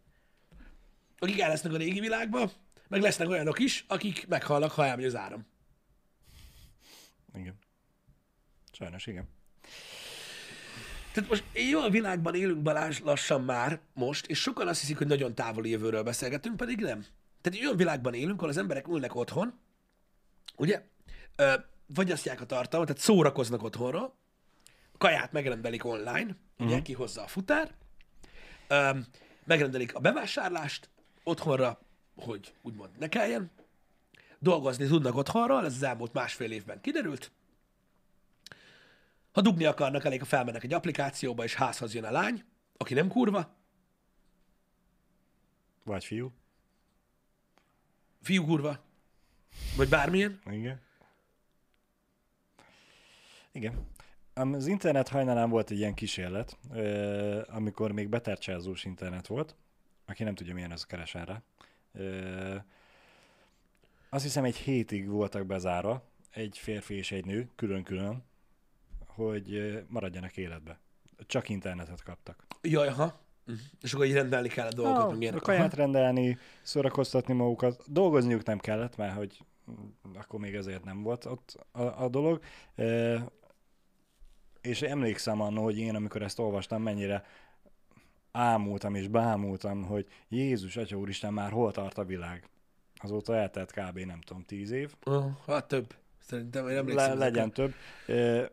akik el lesznek a régi világba, meg lesznek olyanok is, akik meghalnak, ha elmegy az áram. Igen. Sajnos igen. Tehát most jó a világban élünk Balázs lassan már most, és sokan azt hiszik, hogy nagyon távoli jövőről beszélgetünk, pedig nem. Tehát olyan világban élünk, ahol az emberek ülnek otthon, ugye, ö, fogyasztják a tartalmat, tehát szórakoznak otthonról, a kaját megrendelik online, uh-huh. ugye, kihozza a futár, ö, megrendelik a bevásárlást otthonra, hogy úgymond ne kelljen, dolgozni tudnak otthonról, ez az elmúlt másfél évben kiderült. Ha dugni akarnak, elég, ha felmennek egy applikációba, és házhoz jön a lány, aki nem kurva, Vagy fiú. fiú kurva, vagy bármilyen. Igen. Igen. Az internet hajnalán volt egy ilyen kísérlet, amikor még betárcsázós internet volt. Aki nem tudja, milyen ez a keresen rá. Azt hiszem, egy hétig voltak bezárva, egy férfi és egy nő, külön-külön, hogy maradjanak életbe. Csak internetet kaptak. Jaj, ha. És akkor így rendelni kell a dolgokat, Ah, meg ilyenek. a kaját rendelni, szórakoztatni magukat. Dolgozniuk nem kellett, mert hogy akkor még ezért nem volt ott a, a dolog. E, és emlékszem annól, hogy én, amikor ezt olvastam, mennyire ámultam és bámultam, hogy Jézus, Atya Úristen, már hol tart a világ. Azóta eltelt kb. Nem tudom, tíz év. Uh, hát több. Szerintem én emlékszem. Le, legyen több. E,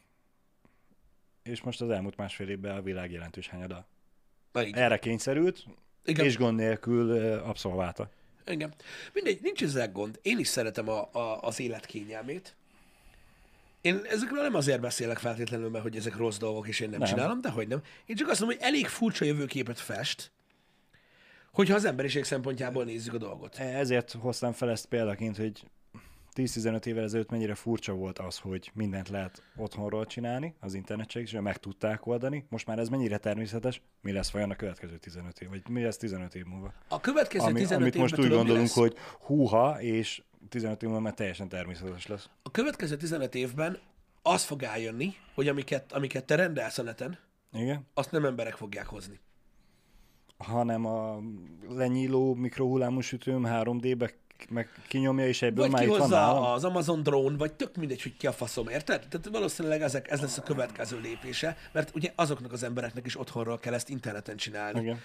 és most az elmúlt másfél évben a világ jelentős hányada erre kényszerült, igen. És gond nélkül abszolválta. Igen. Mindegy, nincs ezzel gond. Én is szeretem a, a, az élet kényelmét. Én ezekről nem azért beszélek feltétlenül, mert hogy ezek rossz dolgok, és én nem, nem. csinálom, de hogy nem. Én csak azt mondom, hogy elég furcsa jövőképet fest, hogyha az emberiség szempontjából nézzük a dolgot. Ezért hoztam fel ezt példaként, hogy tíz-tizenöt évvel ezelőtt mennyire furcsa volt az, hogy mindent lehet otthonról csinálni, az internetsegítségével, meg tudták oldani. Most már ez mennyire természetes, mi lesz vajon a következő tizenöt év, vagy mi lesz tizenöt év múlva? A következő Ami, tizenöt amit most úgy tudom, gondolunk, hogy húha, és tizenöt év múlva már teljesen természetes lesz. A következő tizenöt évben az fog eljönni, hogy amiket, amiket te rendelsz a neten, igen? Azt nem emberek fogják hozni. Hanem a lenyíló mikrohullámú sütőm három dé-be meg kinyomja, és egyből vagy már itt van nálam. az Amazon drón, vagy tök mindegy, hogy ki a faszom, érted? Tehát valószínűleg ezek, ez lesz a következő lépése, mert ugye azoknak az embereknek is otthonról kell ezt interneten csinálni. Igen.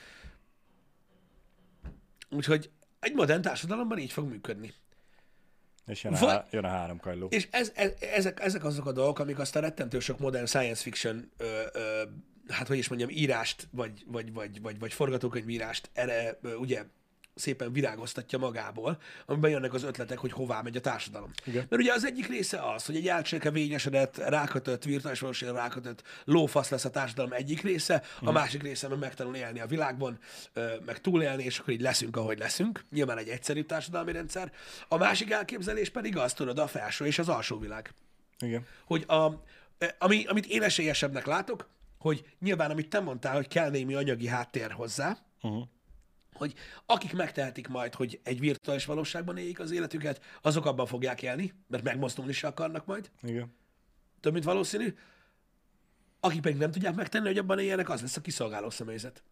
Úgyhogy egy modern társadalomban így fog működni. És jön a, vagy, há- jön a három kajló. És ez, ez, ezek, ezek azok a dolgok, amik azt a rettentő sok modern science fiction ö, ö, hát hogy is mondjam, írást, vagy, vagy, vagy, vagy, vagy forgatókönyvírást erre ö, ugye szépen virágoztatja magából, amiben jönnek az ötletek, hogy hová megy a társadalom. Igen. Mert ugye az egyik része az, hogy egy elcsekevényesedett, rákötött, virtuális valóságra rákötött lófasz lesz a társadalom egyik része, a Mm. másik része meg megtanul élni a világban, meg túlélni, és akkor így leszünk, ahogy leszünk. Nyilván egy egyszerű társadalmi rendszer. A másik elképzelés pedig az, tudod, a felső és az alsó világ. Igen. Hogy a, ami, amit én esélyesebbnek látok, hogy nyilván, amit te mondtál, hogy kell némi anyagi háttér hozzá, Uh-huh. hogy akik megtehetik majd, hogy egy virtuális valóságban éljék az életüket, azok abban fogják élni, mert megmozdulni se akarnak majd. Igen. Több, mint valószínű. Akik pedig nem tudják megtenni, hogy abban éljenek, az lesz a kiszolgáló személyzet.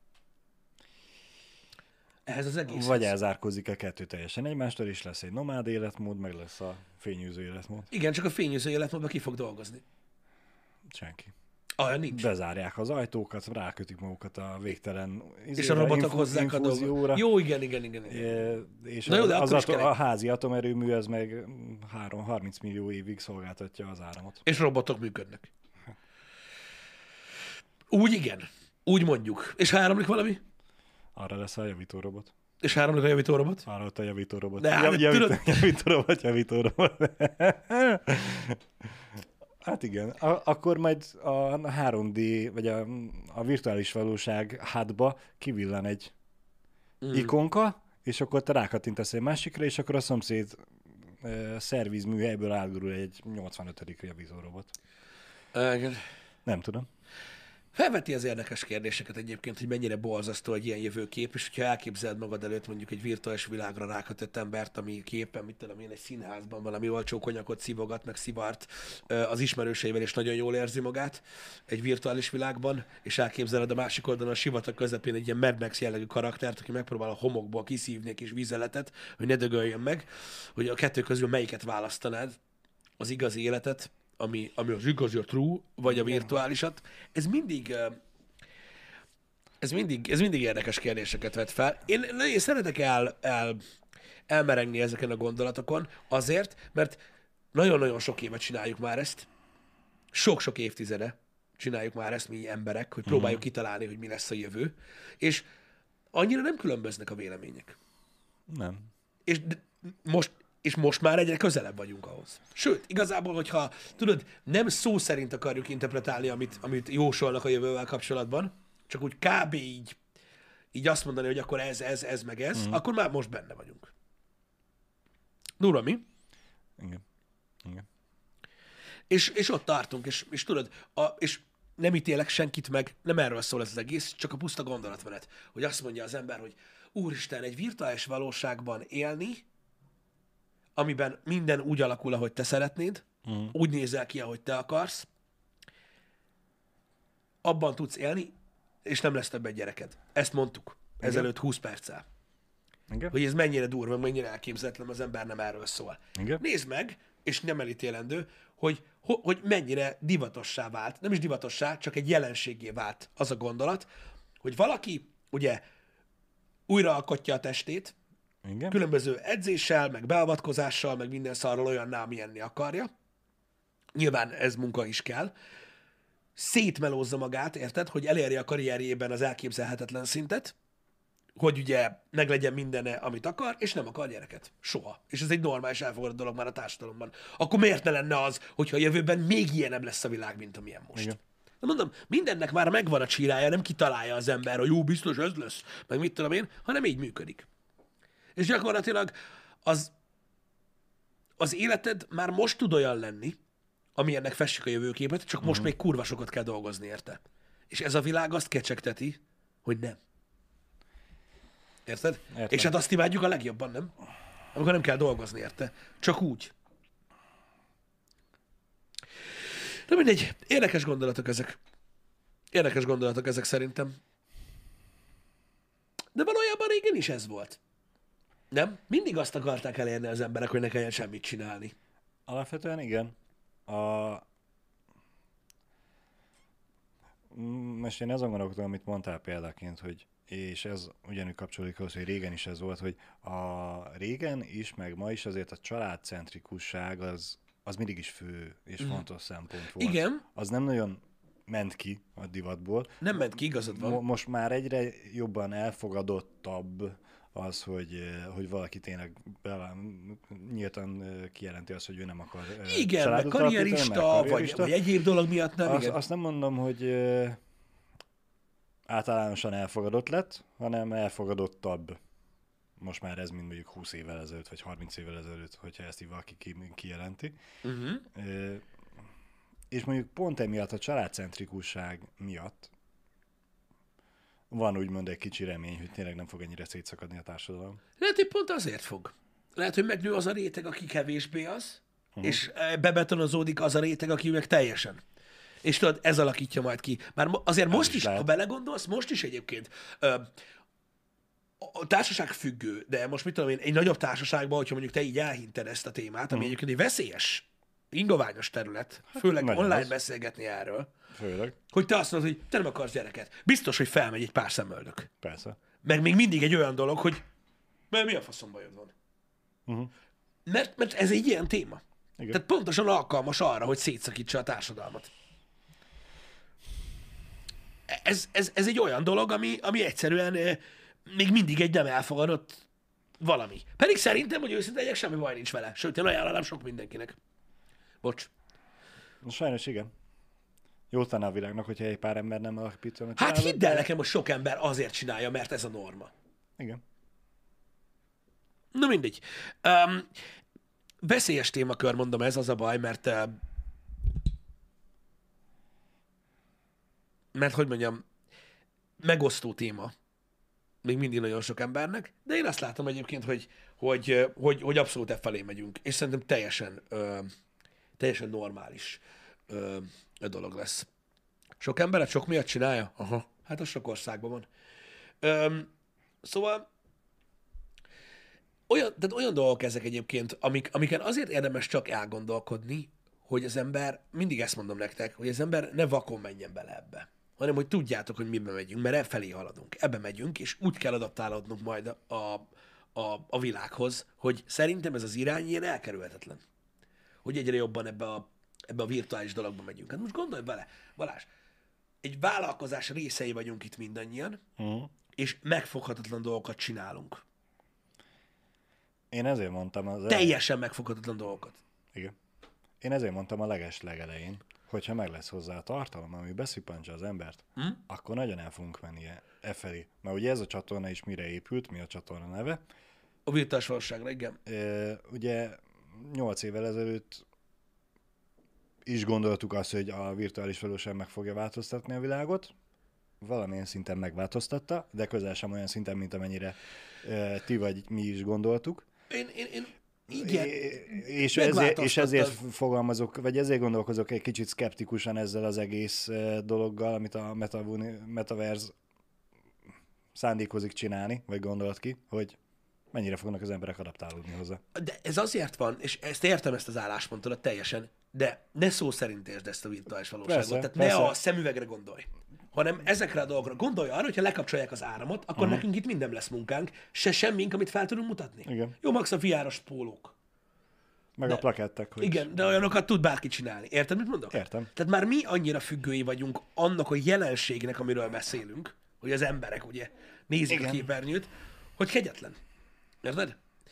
Ehhez az egész. Vagy elzárkózik a kettő teljesen egymástól, és lesz egy nomád életmód, meg lesz a fényűző életmód. Igen, csak a fényűző életmódban ki fog dolgozni. Senki. Olyan nincs. Bezárják az ajtókat, rákötik magukat a végtelen És a robotok infú- hozzák a dolgot. Jó, igen, igen, igen. igen. É, és Na jó, de az, akkor is ato- kell a egy- házi atomerőmű az meg három harminc millió évig szolgáltatja az áramot. És robotok működnek. Úgy igen. Úgy mondjuk. És ha áramlik valami? Arra lesz a javító robot. És ha áramlik a javító robot? Arra ott a javító robot. De hát, Jav- javító, tudod- javító robot, javító robot. Hát igen, a- akkor majd a három dé, vagy a, a virtuális valóság hátba kivillan egy Mm. ikonka, és akkor te rákattintasz egy másikra, és akkor a szomszéd uh, szervizműhelyből átgurul egy nyolcvanötödik javító robot. Igen. Nem tudom. Felveti az érdekes kérdéseket egyébként, hogy mennyire borzasztó egy ilyen jövőkép, és hogyha elképzeled magad előtt mondjuk egy virtuális világra rákötött embert, ami képen, mit tudom én, egy színházban valami olcsó konyakot szívogat, meg szivart az ismerőseivel, és nagyon jól érzi magát egy virtuális világban, és elképzeled a másik oldalon a sivatag közepén egy ilyen Mad Max jellegű karaktert, aki megpróbál a homokból kiszívni egy kis vízeletet, hogy ne dögöljön meg, hogy a kettő közül melyiket választanád, az igazi életet, ami, ami az igazi, a true, vagy a virtuálisat. Ez mindig, ö, ez mindig, ez mindig érdekes kérdéseket vet fel. Én, én szeretek el, el, elmerengni ezeken a gondolatokon azért, mert nagyon-nagyon sok éve csináljuk már ezt. Sok-sok évtizede csináljuk már ezt mi emberek, hogy próbáljuk kitalálni, hogy mi lesz a jövő. És annyira nem különböznek a vélemények. Nem. És de most és most már egyre közelebb vagyunk ahhoz. Sőt, igazából, hogyha tudod, nem szó szerint akarjuk interpretálni, amit, amit jósolnak a jövővel kapcsolatban, csak úgy kb. így, így azt mondani, hogy akkor ez, ez, ez, meg ez, mm. akkor már most benne vagyunk. Durva, mi? Igen. Igen. És, és ott tartunk, és, és tudod, a, és nem ítélek senkit meg, nem erről szól ez az egész, csak a puszta gondolatmenet, hogy azt mondja az ember, hogy úristen, egy virtuális valóságban élni, amiben minden úgy alakul, ahogy te szeretnéd, mm. úgy nézel ki, ahogy te akarsz, abban tudsz élni, és nem lesz többet gyereked. Ezt mondtuk Igen. ezelőtt húsz perccel. Igen. Hogy ez mennyire durva, mennyire elképzelhetlen, az ember nem erről szól. Igen. Nézd meg, és nem elítélendő, hogy, hogy mennyire divatossá vált, nem is divatossá, csak egy jelenségé vált az a gondolat, hogy valaki ugye újraalkotja a testét, Igen. különböző edzéssel, meg beavatkozással, meg minden szarral olyanná, amilyenni akarja. Nyilván ez munka is kell. Szétmelózza magát, érted, hogy elérje a karrierjében az elképzelhetetlen szintet, hogy ugye meglegyen mindene, amit akar, és nem akar gyereket. Soha. És ez egy normális elfogadott dolog már a társadalomban. Akkor miért ne lenne az, hogyha a jövőben még ilyenebb lesz a világ, mint amilyen most? Igen. De mondom, mindennek már megvan a csírája, nem kitalálja az ember, hogy jó, biztos ez lesz, meg mit tudom én, hanem így működik. És gyakorlatilag az, az életed már most tud olyan lenni, amilyennek fessük a jövőképet, csak most uh-huh. még kurva sokat kell dolgozni érte. És ez a világ azt kecsegteti, hogy nem. Érted? Értem. És hát azt imádjuk a legjobban, nem? Amikor nem kell dolgozni érte. Csak úgy. De mindegy, érdekes gondolatok ezek. Érdekes gondolatok ezek szerintem. De valójában régen is ez volt. Nem? Mindig azt akarták elérni az emberek, hogy ne kelljen semmit csinálni. Alapvetően igen. A... Most én azon gondolkodom, amit mondtál példaként, hogy és ez ugyanúgy kapcsolódik ahhoz, hogy régen is ez volt, hogy a régen is, meg ma is azért a családcentrikusság az, az mindig is fő és mm. fontos szempont volt. Igen. Az nem nagyon ment ki a divatból. Nem ment ki, igazad van. Mo- most már egyre jobban elfogadottabb az, hogy, hogy valaki tényleg bele, nyíltan kijelenti azt, hogy ő nem akar igen, meg karrierista, karrierista, vagy, vagy egyéb dolog miatt nem. Az, azt nem mondom, hogy általánosan elfogadott lett, hanem elfogadottabb. Most már ez, mint mondjuk húsz évvel ezelőtt, vagy harminc évvel ezelőtt, hogyha ezt így valaki kijelenti. Uh-huh. E, és mondjuk pont emiatt a családcentrikusság miatt van úgymond egy kicsi remény, hogy tényleg nem fog ennyire szétszakadni a társadalom. Lehet, hogy pont azért fog. Lehet, hogy megnő az a réteg, aki kevésbé az, uh-huh. és bebetonozódik az a réteg, aki meg teljesen. És tudod, ez alakítja majd ki. Már azért most is, is ha belegondolsz, most is egyébként ö, a társaság függő, de most mit tudom én, egy nagyobb társaságban, hogyha mondjuk te így elhinted ezt a témát, ami hmm. egyébként egy veszélyes, ingoványos terület, főleg hát, online az. Beszélgetni erről, főleg. Hogy te azt mondod, hogy te nem akarsz gyereket. Biztos, hogy felmegy egy pár szemöldök. Persze. Meg még mindig egy olyan dolog, hogy mert mi a faszom bajod van? Uh-huh. Mert, mert ez egy ilyen téma. Igen. Tehát pontosan alkalmas arra, hogy szétszakítsa a társadalmat. Ez, ez, ez egy olyan dolog, ami, ami egyszerűen eh, még mindig egy nem elfogadott valami. Pedig szerintem, hogy őszinte legyek, semmi baj nincs vele. Sőt, én ajánlanám sok mindenkinek. Bocs. Sajnos igen. Jó lenne a világnak, hogyha egy pár ember nem alapítson. Hát hidd el nekem, hogy sok ember azért csinálja, mert ez a norma. Igen. Na mindegy. Um, veszélyes témakör, mondom, ez az a baj, mert uh, mert, hogy mondjam, megosztó téma még mindig nagyon sok embernek, de én azt látom egyébként, hogy, hogy, hogy, hogy abszolút e felé megyünk, és szerintem teljesen, ö, teljesen normális ö, a dolog lesz. Sok emberet sok miatt csinálja? Aha, hát az sok országban van. Ö, szóval olyan, tehát olyan dolgok ezek egyébként, amik, amiken azért érdemes csak elgondolkodni, hogy az ember, mindig ezt mondom nektek, hogy az ember ne vakon menjen bele ebbe, hanem hogy tudjátok, hogy miben megyünk, mert efelé haladunk, ebbe megyünk, és úgy kell adaptálódnunk majd a, a, a világhoz, hogy szerintem ez az irány ilyen elkerülhetetlen. Hogy egyre jobban ebbe a, ebbe a virtuális dologba megyünk. Hát most gondolj bele, Balázs, egy vállalkozás részei vagyunk itt mindannyian, uh-huh. és megfoghatatlan dolgokat csinálunk. Én ezért mondtam az... Teljesen megfoghatatlan dolgokat. Igen. Én ezért mondtam a leges legelején, hogyha meg lesz hozzá a tartalom, ami beszippancsa az embert, hm? akkor nagyon el fogunk menni e, e felé. Mert ugye ez a csatorna is mire épült, mi a csatorna neve. A virtuális valóságra, igen. E, ugye nyolc évvel ezelőtt is gondoltuk azt, hogy a virtuális valóság meg fogja változtatni a világot. Valamilyen szinten megváltoztatta, de közel sem olyan szinten, mint amennyire e, ti vagy mi is gondoltuk. Én, én, én igen. És ezért, és ezért fogalmazok, vagy ezért gondolkozok egy kicsit szkeptikusan ezzel az egész dologgal, amit a Metaverse szándékozik csinálni, vagy gondolt ki, hogy mennyire fognak az emberek adaptálódni hozzá. De ez azért van, és ezt értem, ezt az álláspontodat teljesen, de ne szó szerint értsd ezt a virtuális valóságot. Persze, Tehát persze. Ne a szemüvegre gondolj, hanem ezekre a dolgokra. Gondolj arra, hogyha lekapcsolják az áramot, akkor uh-huh. nekünk itt minden lesz munkánk, se semmink, amit fel tudunk mutatni. Igen. Jó, max a viáros pólók. Meg de, a plakettek. Hogy... Igen, de olyanokat tud bárki csinálni. Érted, mit mondok? Értem. Tehát már mi annyira függői vagyunk annak a jelenségnek, amiről beszélünk, hogy az emberek ugye nézik igen. a képernyőt, hogy kegyetlen. Érted?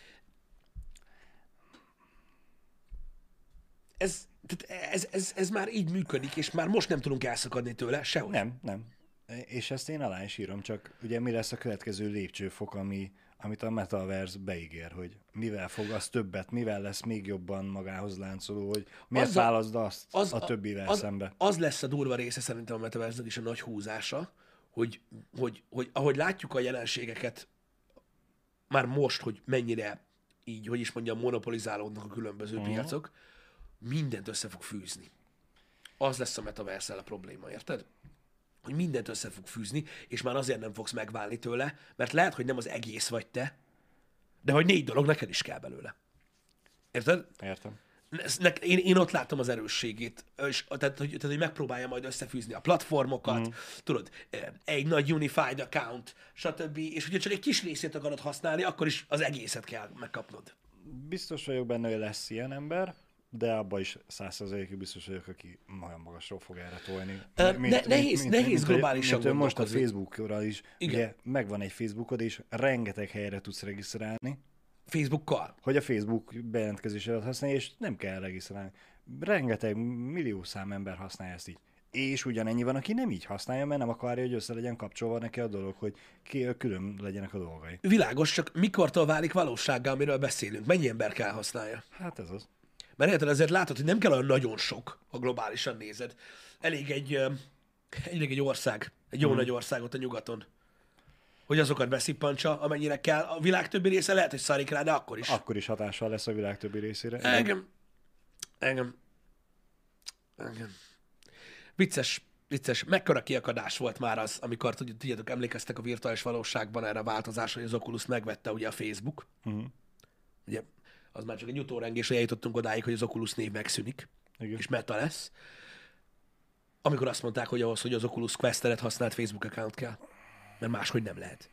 Ez, tehát ez, ez, ez már így működik, és már most nem tudunk elszakadni tőle, sehogy. Nem, nem. És ezt én alá is írom, csak ugye mi lesz a következő lépcsőfok, ami, amit a Metaverse beígér, hogy mivel fog az többet, mivel lesz még jobban magához láncoló, hogy miért az válaszd azt az, a többivel az, szembe. Az lesz a durva része szerintem a Metaverse-nek is a nagy húzása, hogy, hogy, hogy ahogy látjuk a jelenségeket, már most, hogy mennyire így, hogy is mondjam, monopolizálódnak a különböző uh-huh. piacok, mindent össze fog fűzni. Az lesz a Metaverse-el a probléma, érted? Hogy mindent össze fog fűzni, és már azért nem fogsz megválni tőle, mert lehet, hogy nem az egész vagy te, de hogy négy dolog neked is kell belőle. Érted? Értem. Én, én ott látom az erősségét, és, tehát, hogy, tehát, hogy megpróbálja majd összefűzni a platformokat, mm. tudod, egy nagy unified account, stb. És hogyha csak egy kis részét akarod használni, akkor is az egészet kell megkapnod. Biztos vagyok benne, hogy lesz ilyen ember, de abban is száz százalékig biztos vagyok, aki nagyon magasról fog erre tolni. Uh, mint, ne, nehéz mint, nehéz mint, globálisan mint, most a Facebookra is, igen. Ugye megvan egy Facebookod, és rengeteg helyre tudsz regisztrálni. Facebookkal? Hogy a Facebook bejelentkezésedet használja, és nem kell regisztrálni. Rengeteg millió szám ember használja ezt így. És ugyanennyi van, aki nem így használja, mert nem akarja, hogy össze legyen kapcsolva neki a dolog, hogy külön legyenek a dolgai. Világos, csak mikortól válik valósággá, amiről beszélünk? Mennyi ember kell használja? Hát ez az. Mert érted, azért látod, hogy nem kell olyan nagyon sok, ha globálisan nézed. Elég egy, elég egy ország, egy jó hmm. nagy országot a nyugaton, hogy azokat beszippancsa, amennyire kell. A világ többi része lehet, hogy szarik rá, de akkor is. Akkor is hatással lesz a világ többi részére. Engem. Engem. Engem. Vicces, vicces. Mekkora kiakadás volt már az, amikor, tudjátok, emlékeztek a virtuális valóságban erre a változásra, hogy az Oculus megvette ugye a Facebook. Uh-huh. Ugye, az már csak egy utórengés, hogy eljutottunk odáig, hogy az Oculus név megszűnik, igen. és Meta lesz. Amikor azt mondták, hogy ahhoz, hogy az Oculus Quest-eret használt Facebook account kell. Mert máshogy nem lehet.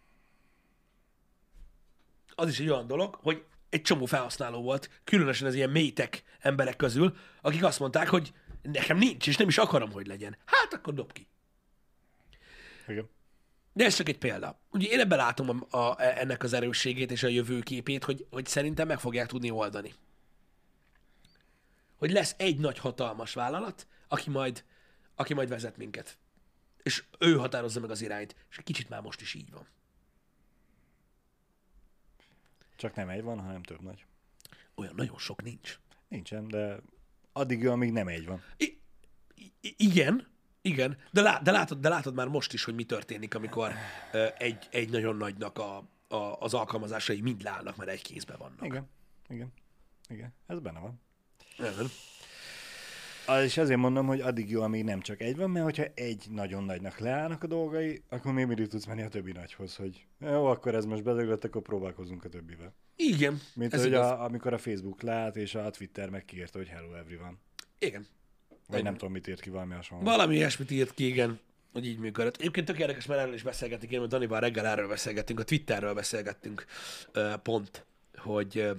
Az is egy olyan dolog, hogy egy csomó felhasználó volt, különösen az ilyen mélytek emberek közül, akik azt mondták, hogy nekem nincs, és nem is akarom, hogy legyen. Hát akkor dob ki. Igen. De ez csak egy példa. Ugye én ebben látom a, a, ennek az erősségét és a jövőképét, hogy, hogy szerintem meg fogják tudni oldani. Hogy lesz egy nagy hatalmas vállalat, aki majd, aki majd vezet minket. És ő határozza meg az irányt. És kicsit már most is így van. Csak nem egy van, hanem több nagy. Olyan nagyon sok nincs. Nincsen, de addig, amíg nem egy van. I- I- igen, igen. De, lá- de, látod, de látod már most is, hogy mi történik, amikor uh, egy, egy nagyon nagynak a, a, az alkalmazásai mind leállnak, mert egy kézben vannak. Igen, igen, igen. Ez benne van. Igen. Az is azért mondom, hogy addig jó, amíg nem csak egy van, mert hogyha egy nagyon nagynak leállnak a dolgai, akkor még mindig tudsz menni a többi nagyhoz, hogy jó, akkor ez most bedöglött, akkor próbálkozunk a többivel. Igen. Mint hogy a, amikor a Facebook lát, és a Twitter meg kiírta, hogy hello everyone. Igen. Vagy igen. Nem tudom, mit írt ki, valami hasonló. Valami ilyesmit írt ki, igen, hogy így működött. Egyébként tök érdekes, mert erről is beszélgetünk, én, mert Danival reggel erről beszélgettünk, a Twitterről beszélgettünk uh, pont, hogy, uh,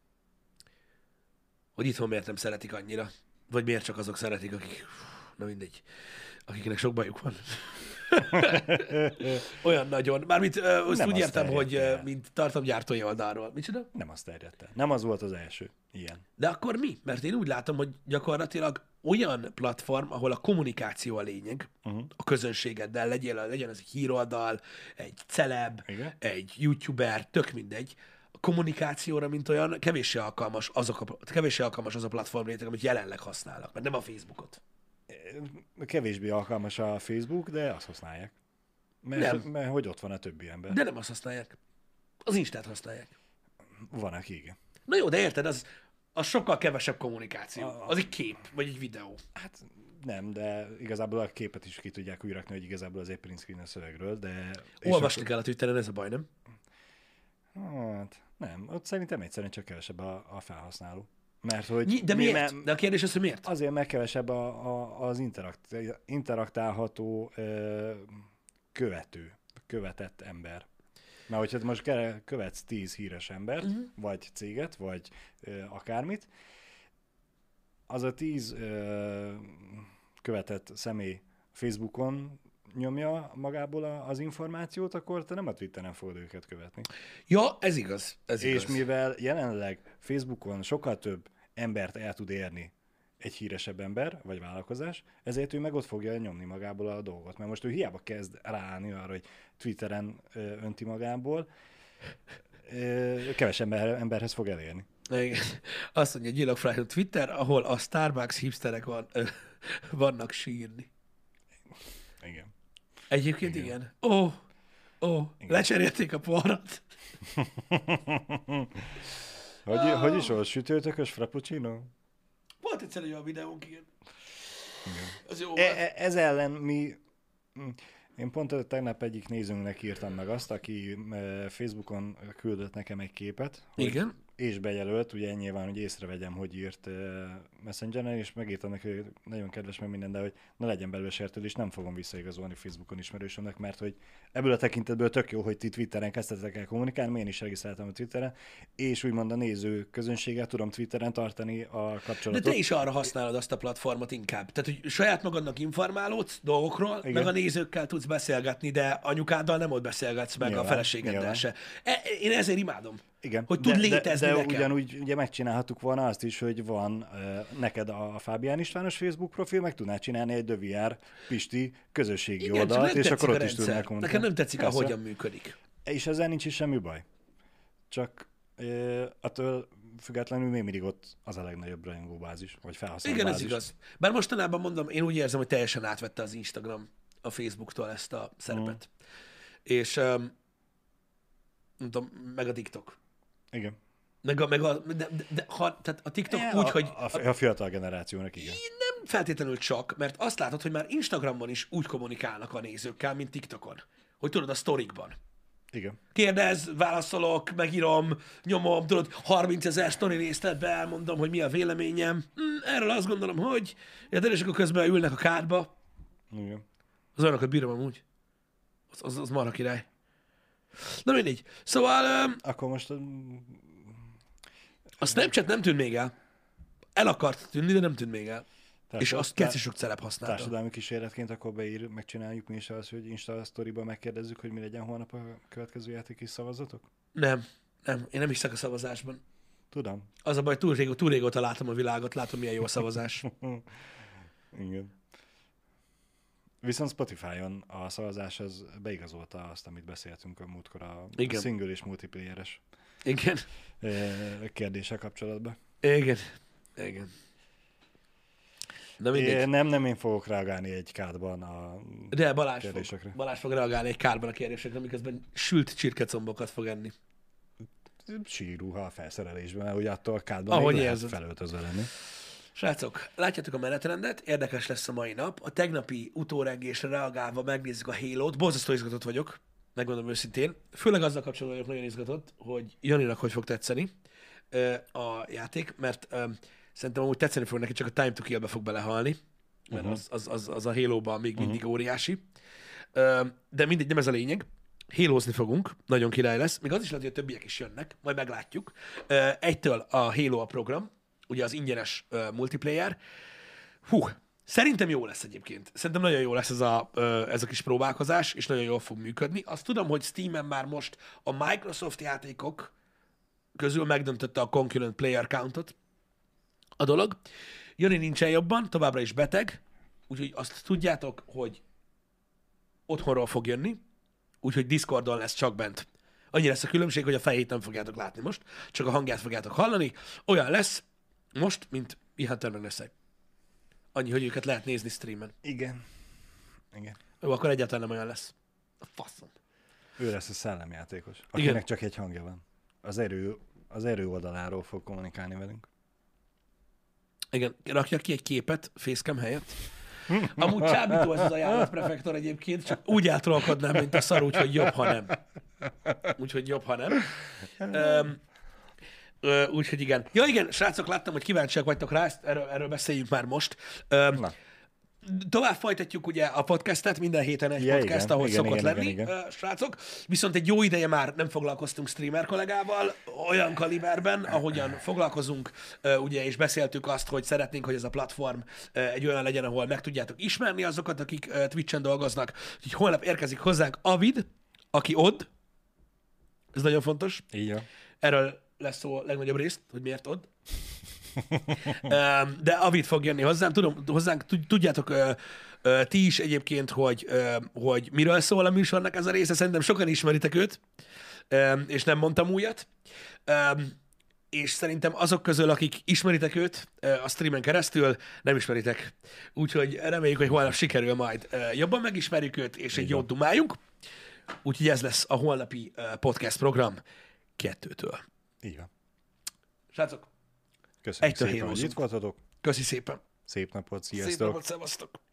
hogy itthon miért nem szeretik annyira. Vagy miért csak azok szeretik, akik, na mindegy, akiknek sok bajuk van. Olyan nagyon. Mármint ö, azt Nem úgy azt értem, hogy terjedt ö, el. mint tartalomgyártói oldalról. Micsoda? Nem azt terjedt el. Nem az volt az első ilyen. De akkor mi? Mert én úgy látom, hogy gyakorlatilag olyan platform, ahol a kommunikáció a lényeg, uh-huh. a közönségeddel, legyen, legyen ez egy híroldal, egy celeb, Igen. egy youtuber, tök mindegy, a kommunikációra, mint olyan, kevéssé alkalmas, azok a, kevéssé alkalmas az a platform réteg, amit jelenleg használnak, mert nem a Facebookot. Kevésbé alkalmas a Facebook, de azt használják. Mert, Nem. mert hogy ott van a többi ember. De nem azt használják. Az Instát használják. Van, aki igen. Na jó, de érted, az, az sokkal kevesebb kommunikáció. A- Az egy kép, vagy egy videó. Hát nem, de igazából a képet is ki tudják úgy rakni, hogy igazából az egy print screen a szövegről, de... és Olvasni kell a Twitteren, ez a baj, nem? akkor- Hát nem, ott szerintem egyszerűen csak kevesebb a, a felhasználó. Mert hogy... Nyi- De mi- miért? mert- De a kérdés az, hogy miért? Azért, mert kevesebb a, a, az interakt, interaktálható ö, követő, követett ember. Mert hogyha te most ke- követsz tíz híres embert, uh-huh. vagy céget, vagy ö, akármit, az a tíz ö, követett személy Facebookon nyomja magából a, az információt, akkor te nem a Twitteren fogod őket követni. Ja, ez igaz. Ez És igaz. mivel jelenleg Facebookon sokkal több embert el tud érni egy híresebb ember, vagy vállalkozás, ezért ő meg ott fogja nyomni magából a dolgot. Mert most ő hiába kezd ráállni arra, hogy Twitteren ö, önti magából, ö, kevesebb ember, emberhez fog elérni. Igen. Azt mondja Gyilog Fry Twitter, ahol a Starbucks hipsterek van, ö, vannak sírni. Igen. Egyébként igen. Ó, oh, ó, oh, lecserélték a poharat. Hogy, Ah. hogy is volt? Sütőtökös frappuccino? Volt egyszer egy olyan videónk, igen. Igen. Az jó E, volt. e, ez ellen mi... Én pont tegnap egyik nézőnknek írtam meg azt, aki e, Facebookon küldött nekem egy képet, hogy Igen. és bejelölt, ugye nyilván, hogy észrevegyem, hogy írt uh, Messengeren, és megírtam neki, hogy nagyon kedves meg minden, de hogy ne legyen belőle sértődés, nem fogom visszaigazolni Facebookon ismerősömnek, mert hogy ebből a tekintetből tök jó, hogy ti Twitteren kezdtetek el kommunikálni, én is regisztráltam a Twitteren, és úgymond a néző közönséggel tudom Twitteren tartani a De kapcsolatot. te is arra használod azt a platformot inkább. Tehát, hogy saját magadnak informálódsz dolgokról, Igen. meg a nézőkkel tudsz beszélgetni, de anyukáddal nem ott beszélgetsz meg Nyilván, a feleségeddel nyilván. se. E, én ezért imádom. Igen. Hogy tud de, létezni de, de nekem. ugyanúgy ugye megcsinálhattuk volna azt is, hogy van uh, neked a Fábián Istvános Facebook profil, meg tudnál csinálni egy Döviár Pisti közösségi Igen, csak oldalt, nem és tetszik akkor a ott is tudnál rendszer. kommunikálni. Nekem nem tetszik, Persze. ahogyan működik. És ezzel nincs is semmi baj. Csak uh, attól függetlenül még mindig ott az a legnagyobb rajongóbázis, vagy felhasználó Igen, ez bázis. igaz. Bár mostanában mondom, én úgy érzem, hogy teljesen átvette az Instagram a Facebooktól ezt a szerepet. Mm. És um, nem tudom, meg a TikTok. Igen. Meg a, meg a de, de, de, ha, tehát a TikTok E, úgy, a, hogy a, a fiatal generációnak igen. nem feltétlenül csak, mert azt látod, hogy már Instagramon is úgy kommunikálnak a nézőkkel, mint TikTokon. Hogy tudod, a sztorikban. Igen. Kérdez, válaszolok, megírom, nyomom, tudod, harmincezer sztori nézted be, elmondom, hogy mi a véleményem. Hm, erről azt gondolom, hogy... Ja, és akkor közben ülnek a kádba. Igen. Az olyanokat bírom amúgy. Az, az, az marha király. Na mindegy. Szóval um, Akkor most um, a Snapchat nem tűnt még el. El akart tűnni, de nem tűnt még el. És társadal- azt keci sok celeb használta. társadalmi kísérletként akkor beír, megcsináljuk mi is az, hogy Insta sztoriba megkérdezzük, hogy mi legyen holnap a következő játékos szavazatok? Nem, nem. Én nem hiszek a szavazásban. Tudom. Az a baj, túl, régó, túl régóta látom a világot, látom, milyen jó a szavazás. Igen. Viszont Spotify-on a szavazás az beigazolta azt, amit beszéltünk a múltkor a Igen. single és multiplayeres Igen. eh, kérdéssel kapcsolatban. Igen. Igen. Na mindegy. Én nem, nem én fogok reagálni egy kádban a De Balázs kérdésekre. fog, Balázs fog reagálni egy kárban a kérdésekre, miközben sült csirkecombokat fog enni. sírruha a felszerelésben, mert ugye attól a kádban Ahogy még lehet érzed. felöltözve lenni. Srácok, látjátok a menetrendet, érdekes lesz a mai nap. A tegnapi utórengésre reagálva megnézzük a Halo-t. Borzasztó izgatott vagyok, megmondom őszintén. Főleg azzal kapcsolatban vagyok nagyon izgatott, hogy Janinak hogy fog tetszeni ö, a játék, mert ö, szerintem amúgy tetszeni fog neki, csak a Time to Kill-be fog belehalni, mert Uh-huh. az, az, az, az a Halo-ban még mindig óriási. Ö, de mindegy, nem ez a lényeg. Halozni fogunk, nagyon király lesz. Még az is lehet, hogy a többiek is jönnek, majd meglátjuk. Ö, Egytől a Halo a program, ugye az ingyenes uh, multiplayer. Hú, Szerintem jó lesz egyébként. Szerintem nagyon jó lesz ez a, ö, ez a kis próbálkozás, és nagyon jól fog működni. Azt tudom, hogy Steamen már most a Microsoft játékok közül megdöntötte a concurrent player countot a dolog. Jani nincsen jobban, továbbra is beteg, úgyhogy azt tudjátok, hogy otthonról fog jönni, úgyhogy Discordon lesz csak bent. Annyi lesz a különbség, hogy a fejét nem fogjátok látni most, csak a hangját fogjátok hallani. Olyan lesz most, mint Ihunter meg Neszek. Annyi, hogy őket lehet nézni streamen. Igen. Igen. Jó, akkor egyáltalán nem olyan lesz. A faszom. Ő lesz a szellemjátékos, akinek Igen. csak egy hangja van. Az erő, az erő oldaláról fog kommunikálni velünk. Igen, rakja ki egy képet facecam helyett. Amúgy csábító ez az ajánlat prefektor egyébként, csak úgy eltrolkodnám, mint a szar, úgyhogy jobb, ha nem. Úgyhogy jobb, ha nem. Um, Úgyhogy igen. Ja igen, srácok, láttam, hogy kíváncsiak vagytok rá, ezt, erről, erről beszéljünk már most. Um, tovább folytatjuk ugye a podcastet, minden héten egy ja, podcast, igen, ahogy igen, szokott igen, lenni, igen, igen. srácok. Viszont egy jó ideje már nem foglalkoztunk streamer kollégával, olyan kaliberben, ahogyan foglalkozunk, ugye, és beszéltük azt, hogy szeretnénk, hogy ez a platform egy olyan legyen, ahol meg tudjátok ismerni azokat, akik Twitchen dolgoznak. Úgyhogy holnap érkezik hozzánk Avid, aki ott. Ez nagyon fontos. Igen. Erről lesz szó a legnagyobb részt, hogy miért ott. De Avid fog jönni hozzám. Tudom, hozzánk tudjátok ti is egyébként, hogy, hogy miről szól a műsornak ez a része. Szerintem sokan ismeritek őt, és nem mondtam újat. És szerintem azok közül, akik ismeritek őt a streamen keresztül, nem ismeritek. Úgyhogy reméljük, hogy holnap sikerül majd jobban megismerjük őt, és egy jót dumáljunk. Úgyhogy ez lesz a holnapi podcast program kettőtől. Így van. Srácok, köszönjük szépen, hogy itt voltatok. Köszi szépen. Szép napot, sziasztok. Szép napot, szevasztok.